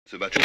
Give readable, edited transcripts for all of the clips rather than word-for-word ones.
Ce match.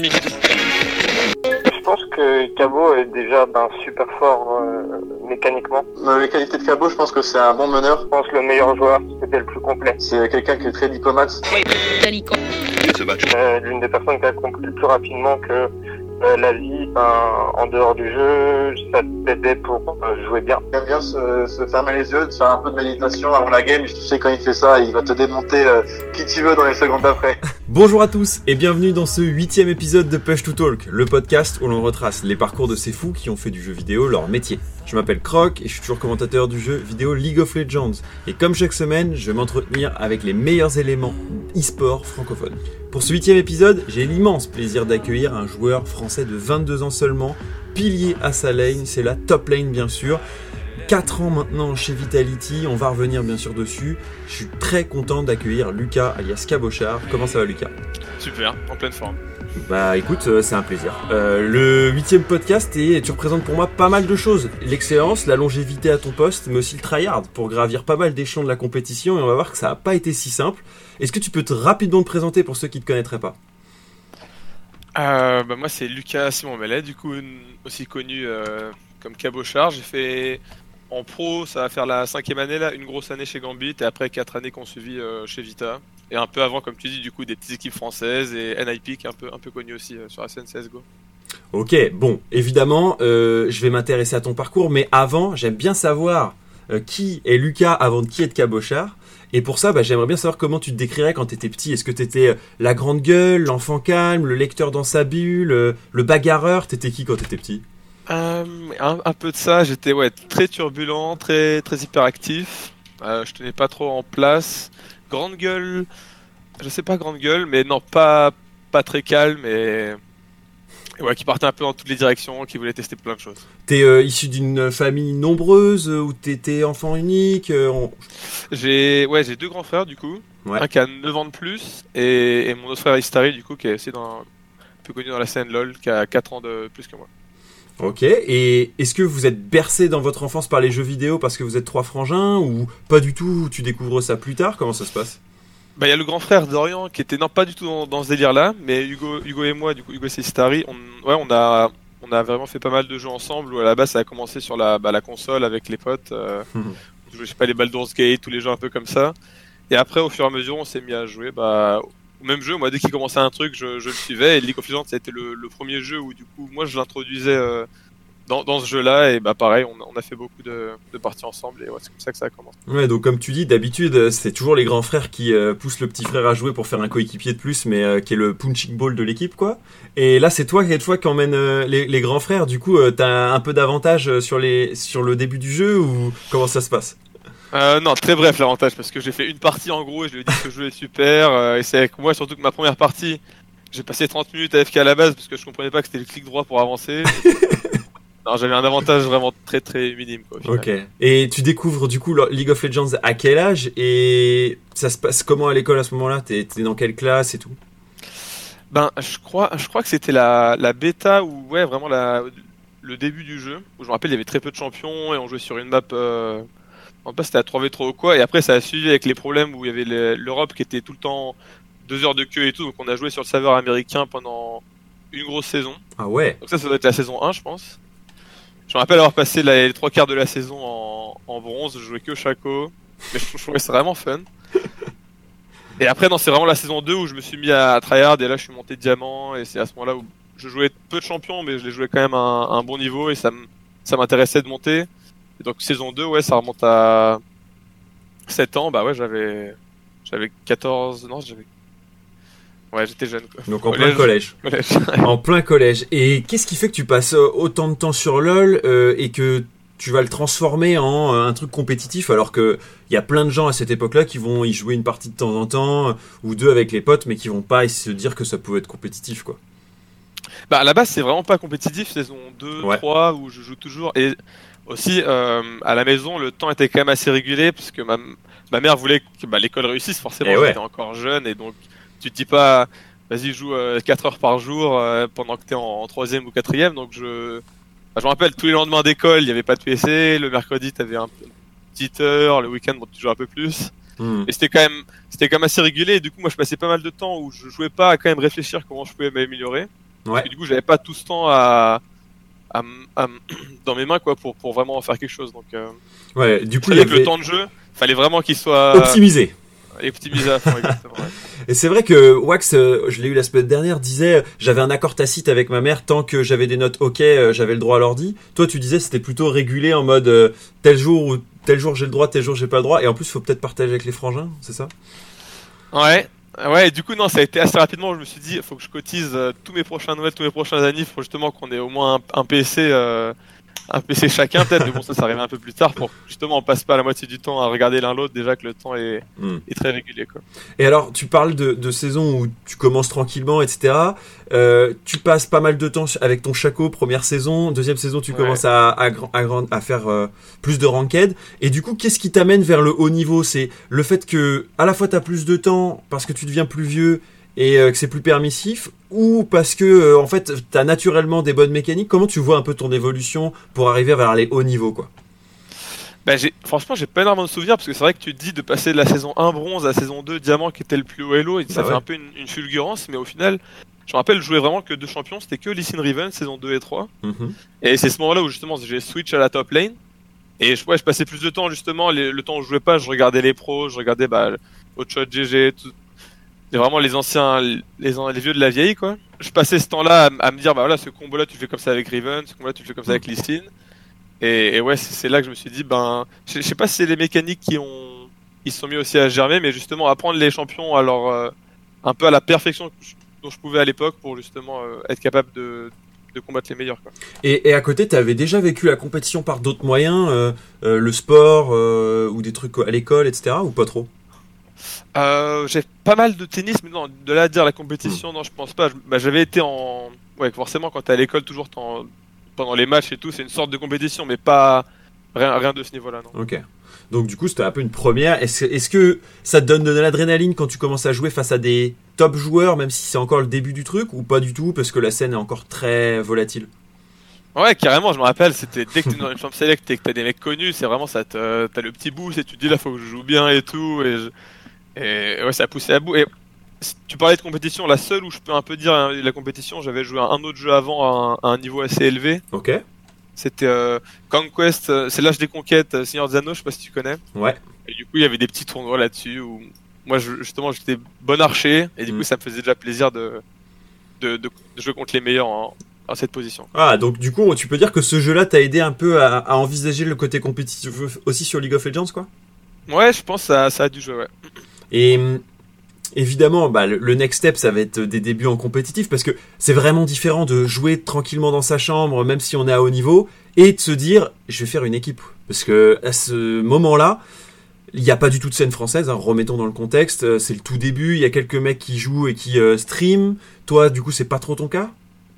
Je pense que Cabot est déjà super fort mécaniquement. Les qualités de Cabot, je pense que c'est un bon meneur. Je pense que le meilleur joueur, c'était le plus complet. C'est quelqu'un qui est très diplomate. Ce match. L'une des personnes qui a compris le plus rapidement que la vie en dehors du jeu, ça t'aidait pour jouer bien. Il aime bien se fermer les yeux, de faire un peu de méditation avant la game. Tu sais, quand il fait ça, il va te démonter qui tu veux dans les secondes après. Bonjour à tous et bienvenue dans ce 8e épisode de Push to Talk, le podcast où l'on retrace les parcours de ces fous qui ont fait du jeu vidéo leur métier. Je m'appelle Croc et je suis toujours commentateur du jeu vidéo League of Legends. Et comme chaque semaine, je vais m'entretenir avec les meilleurs éléments e-sport francophones. Pour ce 8e épisode, j'ai l'immense plaisir d'accueillir un joueur français de 22 ans seulement, pilier à sa lane, c'est la top lane bien sûr. 4 ans maintenant chez Vitality, on va revenir bien sûr dessus. Je suis très content d'accueillir Lucas alias Cabochard. Comment ça va Lucas ? Super, en pleine forme. Bah écoute, c'est un plaisir. Le 8e podcast et tu représentes pour moi pas mal de choses. L'excellence, la longévité à ton poste, mais aussi le tryhard pour gravir pas mal d'échelons de la compétition et on va voir que ça n'a pas été si simple. Est-ce que tu peux rapidement te présenter pour ceux qui ne te connaîtraient pas ? Moi c'est Lucas Simon-Mellet, du coup aussi connu comme Cabochard. J'ai fait en pro, ça va faire la 5e année là, une grosse année chez Gambit et après 4 années qu'on suivi chez Vita. Et un peu avant, comme tu dis, du coup des petites équipes françaises et NIP qui est un peu connu aussi sur la scène CSGO. Ok, bon, évidemment, je vais m'intéresser à ton parcours, mais avant, j'aime bien savoir qui est Lucas avant de qui est Cabochard. Et pour ça, j'aimerais bien savoir comment tu te décrirais quand t'étais petit. Est-ce que t'étais la grande gueule, l'enfant calme, le lecteur dans sa bulle, le bagarreur ? T'étais qui quand t'étais petit ? Un peu de ça, j'étais très turbulent, très hyperactif. Je tenais pas trop en place. Grande gueule, je sais pas grande gueule, mais non, pas très calme et qui partait un peu dans toutes les directions, qui voulait tester plein de choses. T'es issu d'une famille nombreuse ou t'étais enfant unique J'ai 2 grands frères du coup, un qui a 9 ans de plus et mon autre frère Istari du coup qui est aussi un peu connu dans la scène LoL, qui a 4 ans de plus que moi. Ok, et est-ce que vous êtes bercé dans votre enfance par les jeux vidéo parce que vous êtes 3 frangins ou pas du tout, tu découvres ça plus tard ? Comment ça se passe ? Il y a le grand frère Dorian qui était pas du tout dans ce délire-là, mais Hugo et moi, du coup Hugo c'est Istari, on a vraiment fait pas mal de jeux ensemble où à la base ça a commencé sur la console avec les potes, je sais pas, les Baldur's Gate, tous les jeux un peu comme ça, et après au fur et à mesure on s'est mis à jouer au même jeu. Moi dès qu'il commençait un truc je le suivais et League of Legends ça a été le premier jeu où du coup moi je l'introduisais dans ce jeu-là et pareil on a fait beaucoup de parties ensemble et c'est comme ça que ça a commencé. Ouais, donc comme tu dis, d'habitude c'est toujours les grands frères qui poussent le petit frère à jouer pour faire un coéquipier de plus, mais qui est le punching ball de l'équipe quoi. Et là c'est toi qui emmène les grands frères, du coup t'as un peu d'avantage sur le début du jeu ou comment ça se passe ? Non, très bref l'avantage parce que j'ai fait une partie en gros et je lui ai dit que le jeu est super et c'est avec moi surtout que ma première partie j'ai passé 30 minutes à FK à la base parce que je comprenais pas que c'était le clic droit pour avancer. Non, j'avais un avantage vraiment très très minime quoi, au final. Ok. Et tu découvres du coup League of Legends à quel âge et ça se passe comment à l'école à ce moment-là ? T'es dans quelle classe et tout ? Je crois que c'était la bêta ou vraiment le début du jeu où je me rappelle il y avait très peu de champions et on jouait sur une map en pas c'était à 3v3 ou quoi, et après ça a suivi avec les problèmes où il y avait l'Europe qui était tout le temps 2 heures de queue et tout, donc on a joué sur le serveur américain pendant une grosse saison. Ah ouais. Donc ça doit être la saison 1 je pense. Je me rappelle avoir passé les 3 quarts de la saison en bronze, je jouais que Shaco, mais je trouvais ça vraiment fun. Et après non, c'est vraiment la saison 2 où je me suis mis à tryhard et là je suis monté diamant et c'est à ce moment-là où je jouais peu de champions mais je les jouais quand même à un bon niveau et ça m'intéressait de monter. Et donc saison 2 ça remonte à 7 ans, j'avais 14, non j'étais jeune quoi. Donc en plein collège. En plein collège. Et qu'est-ce qui fait que tu passes autant de temps sur LoL et que tu vas le transformer en un truc compétitif alors que il y a plein de gens à cette époque-là qui vont y jouer une partie de temps en temps ou 2 avec les potes mais qui vont pas se dire que ça pouvait être compétitif quoi. À la base c'est vraiment pas compétitif, saison 2, 3 où je joue toujours et aussi à la maison le temps était quand même assez régulier parce que ma mère voulait que l'école réussisse forcément, j'étais encore jeune et donc tu te dis pas vas-y joue 4 heures par jour pendant que t'es en 3e ou 4e, donc je me rappelle tous les lendemains d'école il y avait pas de PC, le mercredi t'avais une petite heure, le week-end tu jouais un peu plus Et c'était quand même assez régulier. Et du coup, moi, je passais pas mal de temps où je jouais pas à quand même réfléchir comment je pouvais m'améliorer. Parce que du coup, j'avais pas tout ce temps dans mes mains, quoi, pour vraiment faire quelque chose. Donc, ouais, du coup, avec le temps de jeu, fallait vraiment qu'il soit optimisé. Optimisé à fond, exactement. Ouais. Et c'est vrai que Wax, je l'ai eu la semaine dernière, disait j'avais un accord tacite avec ma mère, tant que j'avais des notes ok, j'avais le droit à l'ordi. Toi, tu disais c'était plutôt régulé en mode tel jour j'ai le droit, tel jour j'ai pas le droit. Et en plus, faut peut-être partager avec les frangins, c'est ça? Ouais. Ouais, du coup, non, ça a été assez rapidement. Je me suis dit, il faut que je cotise tous mes prochains Noël, tous mes prochains anniversaires, pour justement qu'on ait au moins un PC chacun, peut-être. Mais bon, ça arrive un peu plus tard pour justement on passe pas la moitié du temps à regarder l'un l'autre. Déjà que le temps est très régulier, quoi. Et alors, tu parles de saison où tu commences tranquillement, etc. Tu passes pas mal de temps avec ton Shaco, première saison. Deuxième saison, tu commences à faire plus de ranked. Et du coup, qu'est-ce qui t'amène vers le haut niveau? C'est le fait que, à la fois, t'as plus de temps parce que tu deviens plus vieux et que c'est plus permissif, ou parce que, en fait, t'as naturellement des bonnes mécaniques? Comment tu vois un peu ton évolution pour arriver vers les hauts niveaux, quoi? Franchement, j'ai pas énormément de souvenirs, parce que c'est vrai que tu te dis de passer de la saison 1 bronze à la saison 2 diamant qui était le plus haut elo, et ça fait un peu une fulgurance, mais au final, je me rappelle, je jouais vraiment que 2 champions, c'était que Lee Sin Riven, saison 2 et 3. Et c'est ce moment-là où justement j'ai switch à la top lane, et je passais plus de temps justement, le temps où je jouais pas, je regardais les pros, je regardais Hotshot GG, tout. C'est vraiment les anciens, les vieux de la vieille, quoi. Je passais ce temps-là à me dire, bah voilà, ce combo-là tu le fais comme ça avec Riven, ce combo-là tu le fais comme ça avec Lee Sin. Et ouais, c'est là que je me suis dit, je sais pas si c'est les mécaniques ils se sont mis aussi à germer, mais justement apprendre les champions à leur, un peu à la perfection dont je pouvais à l'époque pour justement être capable de combattre les meilleurs, quoi. Et à côté, t'avais déjà vécu la compétition par d'autres moyens, le sport ou des trucs à l'école, etc., ou pas trop? J'ai pas mal de tennis, mais non, de là à dire la compétition, non, je pense pas. J'avais été ouais, forcément, quand t'es à l'école, toujours pendant les matchs et tout, c'est une sorte de compétition, mais pas rien de ce niveau-là, non. Ok. Donc du coup, c'était un peu une première. Est-ce que ça te donne de l'adrénaline quand tu commences à jouer face à des top joueurs, même si c'est encore le début du truc, ou pas du tout, parce que la scène est encore très volatile? Ouais, carrément, je me rappelle, c'était dès que t'es dans une chambre select et que t'as des mecs connus, c'est vraiment ça, t'as le petit boost et tu te dis là, faut que je joue bien et tout, et ouais, ça a poussé à bout. Et tu parlais de compétition, la seule où je peux un peu dire la compétition, j'avais joué à un autre jeu avant à un niveau assez élevé. Ok. C'était Conquest, c'est l'âge des conquêtes, Seigneur des Anneaux, je sais pas si tu connais. Ouais. Et du coup, il y avait des petits tournois là-dessus où moi, justement, j'étais bon archer, et du coup, ça me faisait déjà plaisir de jouer contre les meilleurs en cette position. Ah, donc du coup, tu peux dire que ce jeu-là t'a aidé un peu à envisager le côté compétitif aussi sur League of Legends, quoi? Ouais, je pense que ça a dû jouer, ouais. Et évidemment, le next step, ça va être des débuts en compétitif, parce que c'est vraiment différent de jouer tranquillement dans sa chambre, même si on est à haut niveau, et de se dire, je vais faire une équipe. Parce que à ce moment-là, il n'y a pas du tout de scène française, hein, remettons dans le contexte, c'est le tout début, il y a quelques mecs qui jouent et qui stream. Toi, du coup, c'est pas trop ton cas?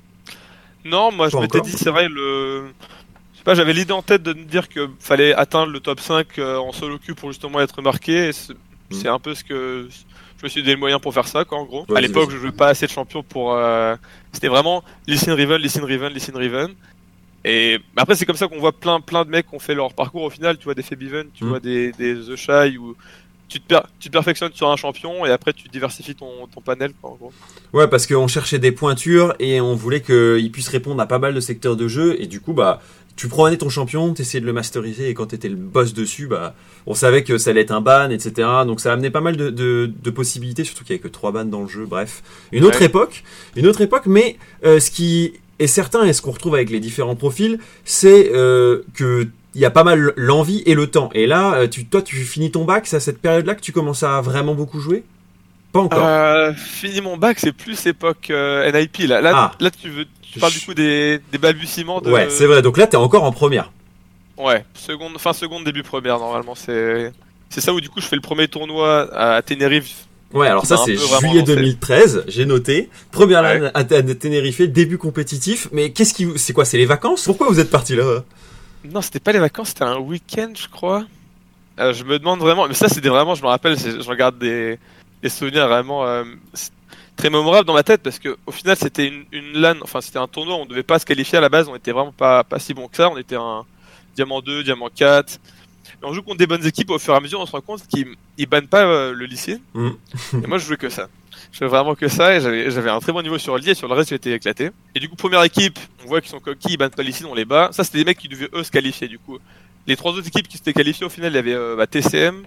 Non, moi, je m'étais dit, c'est vrai, je sais pas, j'avais l'idée en tête de me dire qu'il fallait atteindre le top 5 en solo queue pour justement être remarqué, et c'est un peu ce que je me suis donné le moyen pour faire ça, quoi, en gros. À l'époque, je jouais pas assez de champions pour c'était vraiment Lee Sin Riven, Lee Sin Riven, Lee Sin Riven. Et après, c'est comme ça qu'on voit plein de mecs qui ont fait leur parcours au final. Tu vois des Febiven, tu vois des The Shy, où tu te perfectionnes sur un champion et après tu diversifies ton panel, quoi, en gros. Ouais, parce qu'on cherchait des pointures et on voulait qu'ils puissent répondre à pas mal de secteurs de jeu, et du coup, tu prenais ton champion, t'essayais de le masteriser, et quand t'étais le boss dessus, on savait que ça allait être un ban, etc. Donc ça amenait pas mal de possibilités, surtout qu'il y avait que 3 bans dans le jeu. Bref, une autre époque, mais ce qui est certain, et ce qu'on retrouve avec les différents profils, c'est que il y a pas mal l'envie et le temps. Et là, toi, tu finis ton bac, c'est à cette période-là que tu commences à vraiment beaucoup jouer? Pas encore. Fini mon bac, c'est plus époque NIP, là. Là, tu parles du coup des balbutiements de... Ouais, c'est vrai. Donc là, t'es encore en première. Ouais, fin seconde, début première, normalement. C'est ça où du coup je fais le premier tournoi à Tenerife. Ouais, alors ça c'est juillet 2013, j'ai noté. Première LAN à Tenerife, début compétitif. Mais c'est quoi, c'est les vacances? Pourquoi vous êtes parti là? Non, c'était pas les vacances, c'était un week-end, je crois. Je me demande vraiment, mais ça c'était vraiment, je me rappelle, je regarde des souvenirs vraiment très mémorables dans ma tête, parce que au final c'était une LAN, enfin c'était un tournoi, on devait pas se qualifier à la base, on était vraiment pas si bon que ça, on était un diamant 2, diamant 4. Mais on joue contre des bonnes équipes, au fur et à mesure, on se rend compte qu'ils bannent pas le Lee Sin. Et moi, je jouais que ça. Je jouais vraiment que ça, et j'avais un très bon niveau sur le Lee, et sur le reste, j'étais éclaté. Et du coup, première équipe, on voit qu'ils sont coquilles, ils bannent pas le Lee Sin, on les bat. Ça, c'était des mecs qui devaient, eux, se qualifier, du coup. Les 3 autres équipes qui s'étaient qualifiées, au final, il y avait TCM,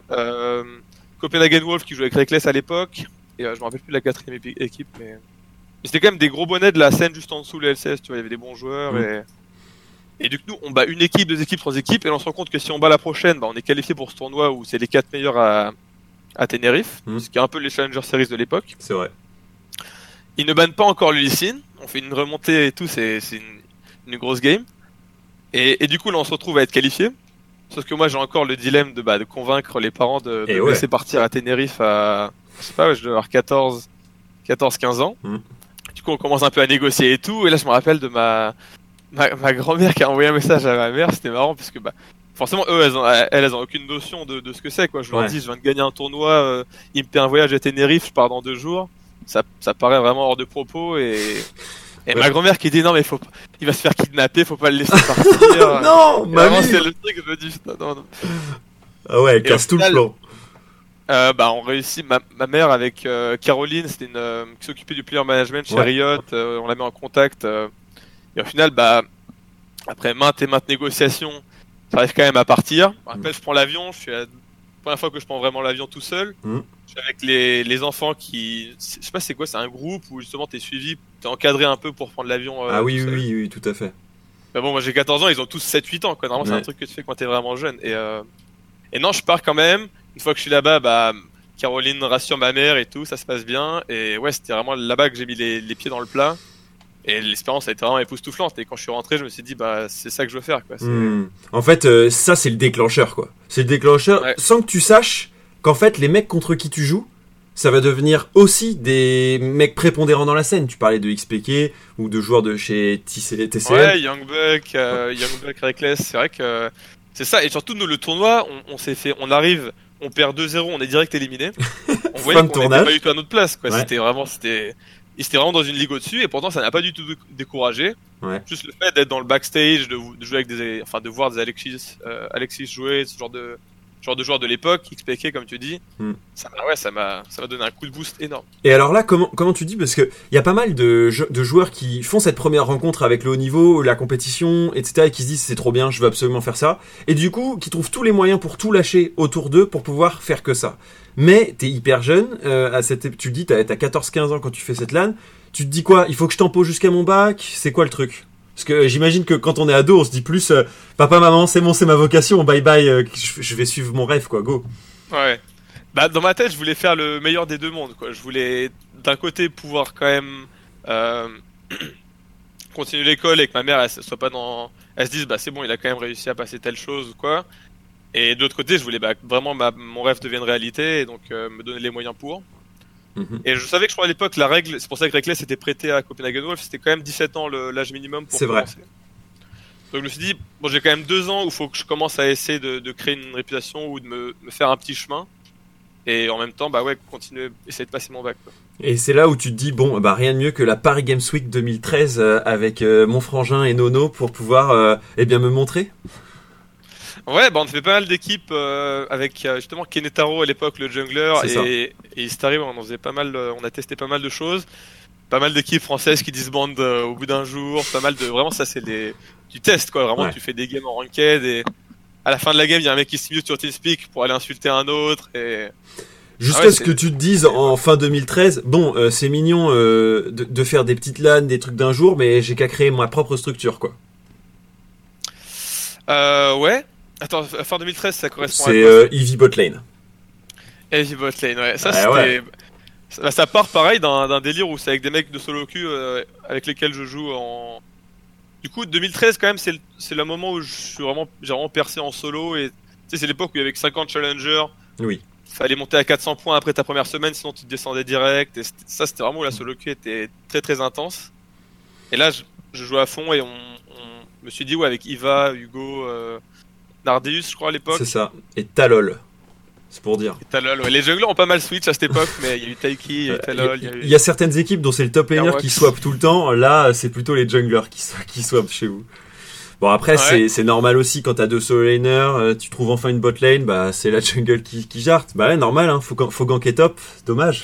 Copenhagen Wolf qui jouait avec Reckless à l'époque, et je me rappelle plus de la 4ème équipe, mais c'était quand même des gros bonnets de la scène juste en dessous, le LCS, tu vois, il y avait des bons joueurs, et du coup, nous, on bat une équipe, 2 équipes, 3 équipes, et on se rend compte que si on bat la prochaine, on est qualifié pour ce tournoi où c'est les 4 meilleurs à Tenerife, ce qui est un peu les Challenger Series de l'époque. C'est vrai. Ils ne bannent pas encore le Lee Sin, on fait une remontée et tout, c'est une grosse game. Et du coup, là, on se retrouve à être qualifié. Sauf que moi, j'ai encore le dilemme de convaincre les parents de me laisser partir à Tenerife à, je sais pas, je dois avoir 14-15 ans. Du coup, on commence un peu à négocier et tout, et là, je me rappelle de ma grand-mère qui a envoyé un message à ma mère, c'était marrant parce que forcément eux elles ont aucune notion de ce que c'est quoi. Je leur dis je viens de gagner un tournoi, il me paie un voyage à Tenerife, je pars dans 2 jours. Ça paraît vraiment hors de propos et ma grand-mère qui dit non mais il va se faire kidnapper, faut pas le laisser partir. Non, mamie. C'est le truc, je me dis putain, non. Ah ouais, elle casse tout le plan. On réussit, ma mère avec Caroline, c'était une qui s'occupait du player management chez Riot, on la met en contact. Et au final, après maintes et maintes négociations, j'arrive quand même à partir. Après, je prends l'avion, c'est la première fois que je prends vraiment l'avion tout seul. Je suis avec les enfants je sais pas c'est quoi, c'est un groupe où justement t'es suivi, t'es encadré un peu pour prendre l'avion. Oui, tout à fait. Mais bon, moi j'ai 14 ans, ils ont tous 7-8 ans, quoi. Normalement, c'est un truc que tu fais quand t'es vraiment jeune. Et non, je pars quand même. Une fois que je suis là-bas, Caroline rassure ma mère et tout, ça se passe bien. Et ouais, c'était vraiment là-bas que j'ai mis les pieds dans le plat. Et l'expérience a été vraiment époustouflante. Et quand je suis rentré, je me suis dit, c'est ça que je veux faire, quoi. En fait, ça, c'est le déclencheur, quoi. C'est le déclencheur, sans que tu saches qu'en fait, les mecs contre qui tu joues, ça va devenir aussi des mecs prépondérants dans la scène. Tu parlais de XPK ou de joueurs de chez TCM. Ouais, Youngbuck, Reckless, c'est vrai que c'est ça. Et surtout, nous, le tournoi, on arrive, on perd 2-0, on est direct éliminé. On voyait qu'on n'était pas du tout à notre place, quoi. C'était vraiment dans une ligue au-dessus, et pourtant ça n'a pas du tout découragé. Juste le fait d'être dans le backstage, de jouer avec de voir des Alexis jouer, ce genre de joueurs de l'époque, XPK comme tu dis, ça m'a donné un coup de boost énorme. Et alors là, comment tu dis, parce que il y a pas mal de joueurs qui font cette première rencontre avec le haut niveau, la compétition, etc., et qui se disent c'est trop bien, je veux absolument faire ça, et du coup qui trouvent tous les moyens pour tout lâcher autour d'eux pour pouvoir faire que ça. Mais t'es hyper jeune, tu dis t'as 14-15 ans quand tu fais cette LAN, tu te dis quoi, il faut que je tempo jusqu'à mon bac, c'est quoi le truc? Parce que j'imagine que quand on est ado, on se dit plus papa, maman, c'est bon, c'est ma vocation, bye bye, je vais suivre mon rêve, quoi, go. Ouais. Dans ma tête, je voulais faire le meilleur des deux mondes, quoi. Je voulais d'un côté pouvoir quand même continuer l'école et que ma mère elle soit pas elle se dise c'est bon, il a quand même réussi à passer telle chose ou quoi. Et de l'autre côté, je voulais vraiment mon rêve devienne réalité et donc me donner les moyens pour. Et je savais que je crois à l'époque la règle, c'est pour ça que Reckless était prêté à Copenhagen Wolf, c'était quand même 17 ans l'âge minimum pour commencer. Vrai. Donc je me suis dit j'ai quand même 2 ans où il faut que je commence à essayer de créer une réputation ou de me faire un petit chemin et en même temps continuer, essayer de passer mon bac, quoi. Et c'est là où tu te dis rien de mieux que la Paris Games Week 2013 avec mon frangin et Nono pour pouvoir me montrer. Ouais, on fait pas mal d'équipes avec justement Kenetaro à l'époque, le jungler, et Istari, on faisait pas mal, on a testé pas mal de choses, pas mal d'équipes françaises qui disbandent au bout d'un jour, pas mal de, vraiment ça c'est du test, quoi, vraiment tu fais des games en ranked et à la fin de la game il y a un mec qui se mute sur TeamSpeak pour aller insulter un autre et jusqu'à ce que tu te dises en fin 2013, c'est mignon de faire des petites LAN, des trucs d'un jour, mais j'ai qu'à créer ma propre structure, quoi. Ouais. Attends, fin 2013, ça correspond à quoi? C'est Eevee Botlane. Eevee Botlane, ouais. Ça, c'était... Ouais. Ça part pareil d'un délire où c'est avec des mecs de solo queue avec lesquels je joue en... Du coup, 2013, quand même, c'est le moment où j'ai vraiment percé en solo. Et tu sais, c'est l'époque où il y avait 50 challengers. Oui. Fallait monter à 400 points après ta première semaine, sinon tu te descendais direct. Et ça, c'était vraiment où la solo queue était très très intense. Et là, je jouais à fond et on me suis dit, avec Iva, Hugo... Nardeus, je crois, à l'époque. C'est ça. Et Talol. C'est pour dire. Et Talol, ouais. Les junglers ont pas mal switch à cette époque, mais il y a eu Taiki, il y a eu Talol. Il y a certaines équipes dont c'est le top laner qui swap tout le temps. Là, c'est plutôt les junglers qui swap chez vous. Bon après Ouais. c'est normal aussi quand t'as 2 solo laners, tu trouves enfin une bot lane, bah c'est la jungle qui jarte. Bah ouais, normal, hein, faut ganker top, dommage.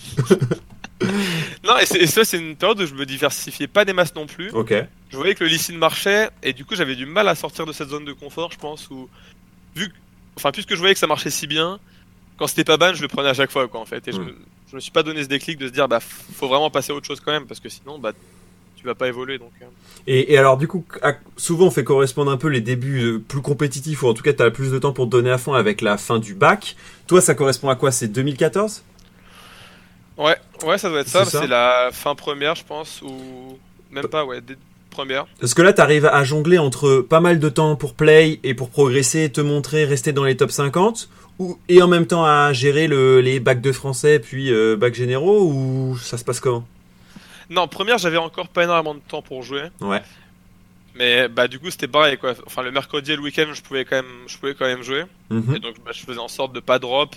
Non, et ça, c'est une période où je me diversifiais pas des masses non plus. Ok. Je voyais que le Lee Sin marchait, et du coup, j'avais du mal à sortir de cette zone de confort, je pense, où, puisque je voyais que ça marchait si bien, quand c'était pas ban, je le prenais à chaque fois, quoi, en fait. Et je me suis pas donné ce déclic de se dire, bah, faut vraiment passer à autre chose quand même, parce que sinon, bah, tu vas pas évoluer, donc. Et alors du coup, souvent on fait correspondre un peu les débuts plus compétitifs, ou en tout cas t'as plus de temps pour te donner à fond avec la fin du bac. Toi ça correspond à quoi? C'est 2014? Ouais, ça doit être ça. C'est ça. C'est la fin première, je pense, ou même pas, ouais, dès première. Parce que là t'arrives à jongler entre pas mal de temps pour play et pour progresser, te montrer, rester dans les top 50, et en même temps à gérer les bacs de français puis bacs généraux, ou ça se passe comment? Non, première, j'avais encore pas énormément de temps pour jouer. Ouais. Mais bah du coup c'était pareil quoi. Enfin le mercredi et le week-end je pouvais quand même jouer. Mhm. Et donc bah, je faisais en sorte de pas drop.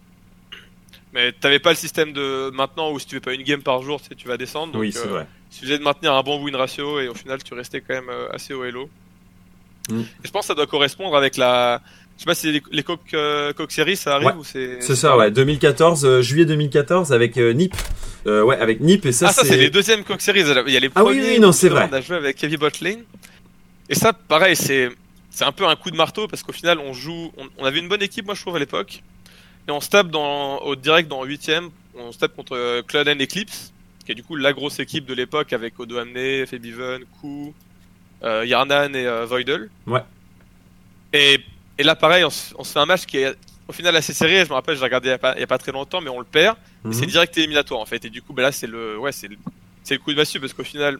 Mais t'avais pas le système de maintenant où si tu fais pas une game par jour tu vas descendre. Donc, Oui c'est vrai. il suffisait de maintenir un bon win ratio et au final tu restais quand même assez au hello. Mm. Et je pense que ça doit correspondre avec la... Je sais pas si les Coq Series ça arrive Ouais. ou c'est... C'est ça, ouais, 2014, juillet 2014 avec Nip. Ouais, avec Nip, et ça, Ah ça c'est les deuxièmes Coq Series. Il y a les Ah oui, premiers oui, non, où c'est vrai. on a joué avec Heavy Botlane. Et ça pareil c'est un peu un coup de marteau parce qu'au final on avait une bonne équipe moi je trouve à l'époque. Et on se tape au direct dans 8ème, on se tape contre Cloud & Eclipse, qui est du coup la grosse équipe de l'époque avec Odo Amne, Febiven, Ku, Yarnan et Voidle. Ouais. Et là pareil, on se fait un match qui est au final assez serré, je me rappelle, j'ai regardé il y a pas très longtemps, mais on le perd. Mhm. Et c'est direct éliminatoire en fait. Et du coup, bah là c'est le coup de massue parce qu'au final,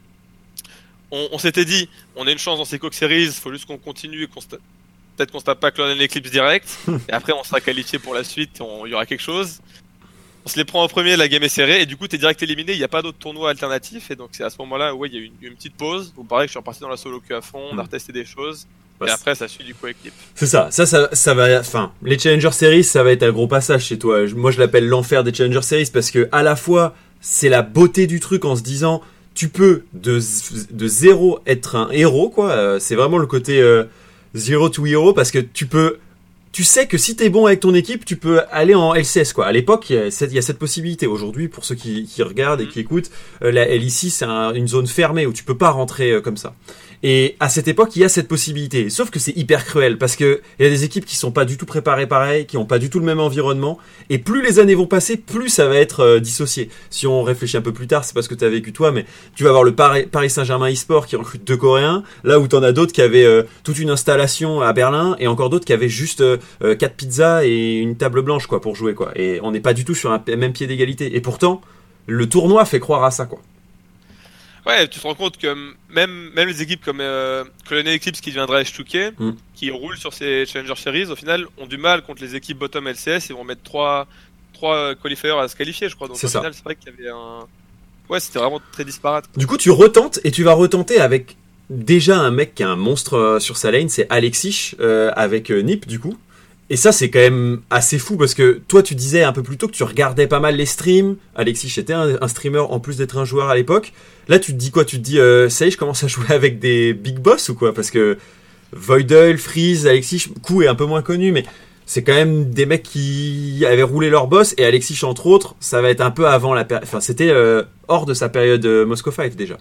on s'était dit, on a une chance dans ces Coq Series, faut juste qu'on continue et peut-être qu'on se tape pas Cloud & Eclipse direct, et après on sera qualifié pour la suite, il y aura quelque chose. On se les prend en premier, la game est serrée, et du coup t'es direct éliminé, il n'y a pas d'autres tournois alternatifs, et donc c'est à ce moment-là où il y a eu une petite pause, où pareil, je suis reparti dans la solo queue à fond, on a retesté des choses, Ouais, et après ça suit du coup équipe. C'est ça va, enfin, les Challenger Series, ça va être un gros passage chez toi. Moi, je l'appelle l'enfer des Challenger Series parce que, à la fois, c'est la beauté du truc en se disant, tu peux de zéro être un héros, quoi. C'est vraiment le côté zero to hero parce que tu sais que si t'es bon avec ton équipe, tu peux aller en LCS, quoi. À l'époque, il y a cette possibilité. Aujourd'hui, pour ceux qui regardent et qui écoutent, la LEC, c'est une zone fermée où tu peux pas rentrer comme ça. Et à cette époque, il y a cette possibilité. Sauf que c'est hyper cruel parce que il y a des équipes qui sont pas du tout préparées pareil, qui ont pas du tout le même environnement. Et plus les années vont passer, plus ça va être dissocié. Si on réfléchit un peu plus tard, c'est pas ce que tu as vécu toi, mais tu vas avoir le Paris Saint-Germain e-sport qui recrute 2 Coréens, là où t'en as d'autres qui avaient toute une installation à Berlin et encore d'autres qui avaient juste 4 pizzas et une table blanche, quoi, pour jouer, quoi. Et on n'est pas du tout sur un même pied d'égalité. Et pourtant, le tournoi fait croire à ça, quoi. Ouais, tu te rends compte que même les équipes comme Colonel Eclipse qui deviendra H2K, qui roulent sur ces Challenger Series, au final, ont du mal contre les équipes bottom LCS et vont mettre 3 qualifiers à se qualifier, je crois. Donc c'est au ça. final, c'est vrai qu'il y avait Ouais, c'était vraiment très disparate. Du coup, tu retentes et tu vas retenter avec déjà un mec qui a un monstre sur sa lane, c'est Alexis avec Nip, du coup. Et ça, c'est quand même assez fou parce que toi, tu disais un peu plus tôt que tu regardais pas mal les streams. Alexis était un streamer en plus d'être un joueur à l'époque. Là, tu te dis quoi? Tu te dis, ça y est, je commence à jouer avec des big boss ou quoi? Parce que Voidle, Freeze, Alexis, Ku est un peu moins connu, mais c'est quand même des mecs qui avaient roulé leur boss. Et Alexis, entre autres, ça va être un peu avant la période. Enfin, c'était hors de sa période Moscow Fight déjà.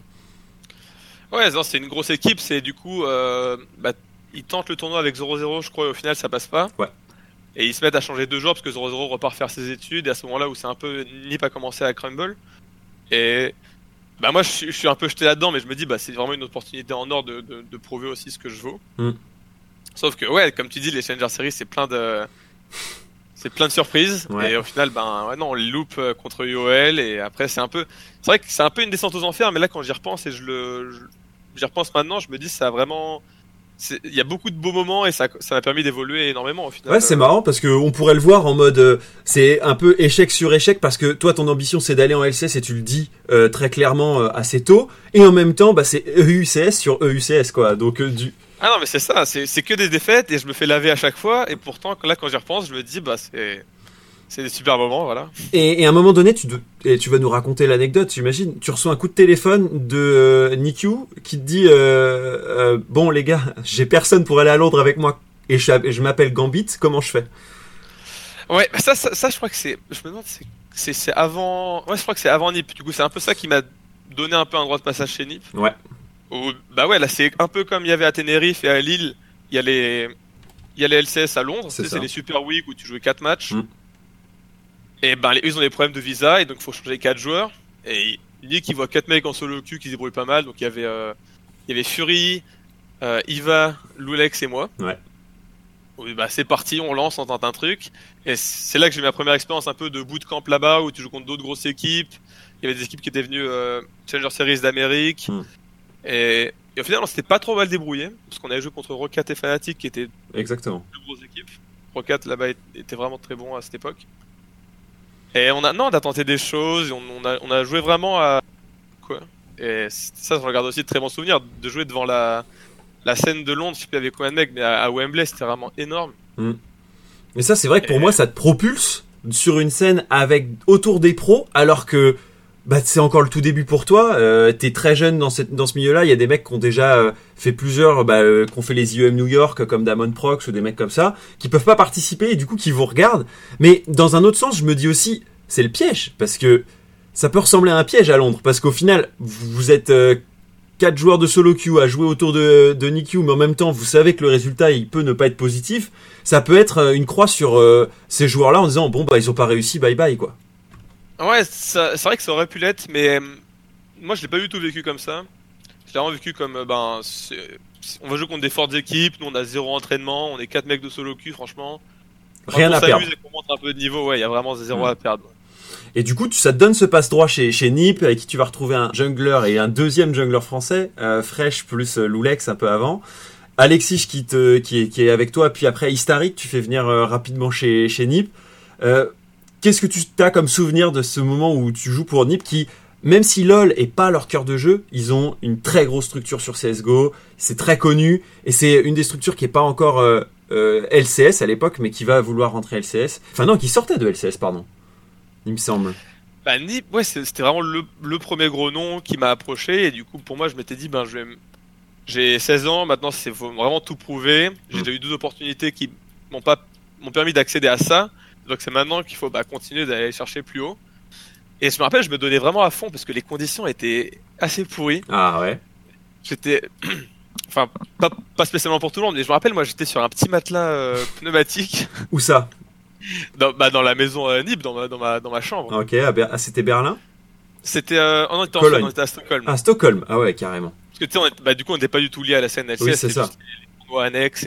Ouais, non, c'est une grosse équipe. C'est du coup, ils tentent le tournoi avec 0-0, je crois, et au final, ça passe pas. Ouais. Et ils se mettent à changer de joueur parce que 0-0 repart faire ses études. Et à ce moment-là où c'est un peu Nip a commencé à crumble. Et bah moi, je suis un peu jeté là-dedans, mais je me dis, bah c'est vraiment une opportunité en or de prouver aussi ce que je vaux. Sauf que ouais, comme tu dis, les Challenger Series, c'est plein de surprises. Ouais. Et au final, on les loupe contre UOL. Et après, c'est vrai que c'est un peu une descente aux enfers. Mais là, quand j'y repense et j'y repense maintenant, je me dis, ça a vraiment. Il y a beaucoup de beaux moments et ça m'a permis d'évoluer énormément au final. Ouais, c'est marrant parce que on pourrait le voir en mode c'est un peu échec sur échec parce que toi ton ambition c'est d'aller en LCS et tu le dis très clairement assez tôt et en même temps c'est EUCS sur EUCS quoi. Donc Ah non mais c'est ça, c'est que des défaites et je me fais laver à chaque fois et pourtant là quand j'y repense, je me dis C'est des super moments, voilà. Et à un moment donné, et tu vas nous raconter l'anecdote, j'imagine. Tu reçois un coup de téléphone de Nikyu qui te dit bon les gars, j'ai personne pour aller à Londres avec moi et je m'appelle Gambit. Comment je fais? Ouais, ça, je crois que c'est. Je me demande, c'est avant. Ouais, je crois que c'est avant Nip. Du coup, c'est un peu ça qui m'a donné un peu un droit de passage chez Nip. Ouais. Bah ouais, là, c'est un peu comme il y avait à Tenerife et à Lille. Il y a les LCS à Londres. C'est les Super Week où tu jouais 4 matchs. Et ben, eux, ils ont des problèmes de visa et donc il faut changer 4 joueurs. Et Nick, il voit 4 mecs en solo queue qui se débrouillent pas mal. Donc il y avait Fury, Iva, Lulex et moi. Ouais. Bah c'est parti, on lance, on tente un truc. Et c'est là que j'ai eu ma première expérience un peu de bootcamp là-bas où tu joues contre d'autres grosses équipes. Il y avait des équipes qui étaient venues Challenger Series d'Amérique. Et au final, on s'était pas trop mal débrouillé parce qu'on avait joué contre Rocket et Fnatic qui étaient exactement deux grosses équipes. Rocket là-bas était vraiment très bon à cette époque. Et on a tenté des choses, et on a joué vraiment à quoi. Et ça, je regarde aussi de très bons souvenirs de jouer devant la scène de Londres. Je sais plus il y avait combien de mecs, mais à Wembley, c'était vraiment énorme. Mais ça, c'est vrai que pour moi, ça te propulse sur une scène avec autour des pros, alors que bah c'est encore le tout début pour toi. T'es très jeune dans ce milieu-là. Il y a des mecs qui ont déjà fait plusieurs, qui ont fait les IEM New York comme Damon Prox ou des mecs comme ça, qui peuvent pas participer et du coup qui vous regardent. Mais dans un autre sens, je me dis aussi, c'est le piège parce que ça peut ressembler à un piège à Londres parce qu'au final, vous êtes 4 joueurs de solo queue à jouer autour de Nikyu, mais en même temps, vous savez que le résultat il peut ne pas être positif. Ça peut être une croix sur ces joueurs-là en disant bon bah ils ont pas réussi, bye bye quoi. Ouais, c'est vrai que ça aurait pu l'être, mais moi je l'ai pas du tout vécu comme ça. Je l'ai vraiment vécu comme on va jouer contre des fortes équipes, nous on a 0 entraînement, on est 4 mecs de solo queue, franchement. Rien à perdre. Et qu'on monte un peu de niveau, ouais, il y a vraiment 0 à perdre. Et du coup, ça te donne ce passe-droit chez Nip, avec qui tu vas retrouver un jungler et un deuxième jungler français, Fresh plus Lulex un peu avant. Alexis qui est avec toi, puis après Historic, tu fais venir rapidement chez Nip. Qu'est-ce que tu as comme souvenir de ce moment où tu joues pour Nip qui, même si LoL est pas leur cœur de jeu, ils ont une très grosse structure sur CSGO, c'est très connu, et c'est une des structures qui est pas encore LCS à l'époque, mais qui va vouloir rentrer LCS. Enfin non, qui sortait de LCS, pardon. Il me semble. Bah Nip, ouais, c'était vraiment le premier gros nom qui m'a approché, et du coup pour moi je m'étais dit j'ai 16 ans, maintenant c'est faut vraiment tout prouver. J'ai déjà eu 2 opportunités qui m'ont permis d'accéder à ça. Donc c'est maintenant qu'il faut continuer d'aller chercher plus haut. Et je me rappelle, je me donnais vraiment à fond parce que les conditions étaient assez pourries. Ah ouais. J'étais, enfin pas spécialement pour tout le monde, mais je me rappelle, moi j'étais sur un petit matelas pneumatique. Où ça? Dans la maison Nip, dans ma chambre. Ok, c'était Berlin? C'était on était à Stockholm. Ah Stockholm, ah ouais carrément. Parce que tu sais, du coup on n'était pas du tout lié à la scène LCS. Oui c'est ça. Les tournois annexes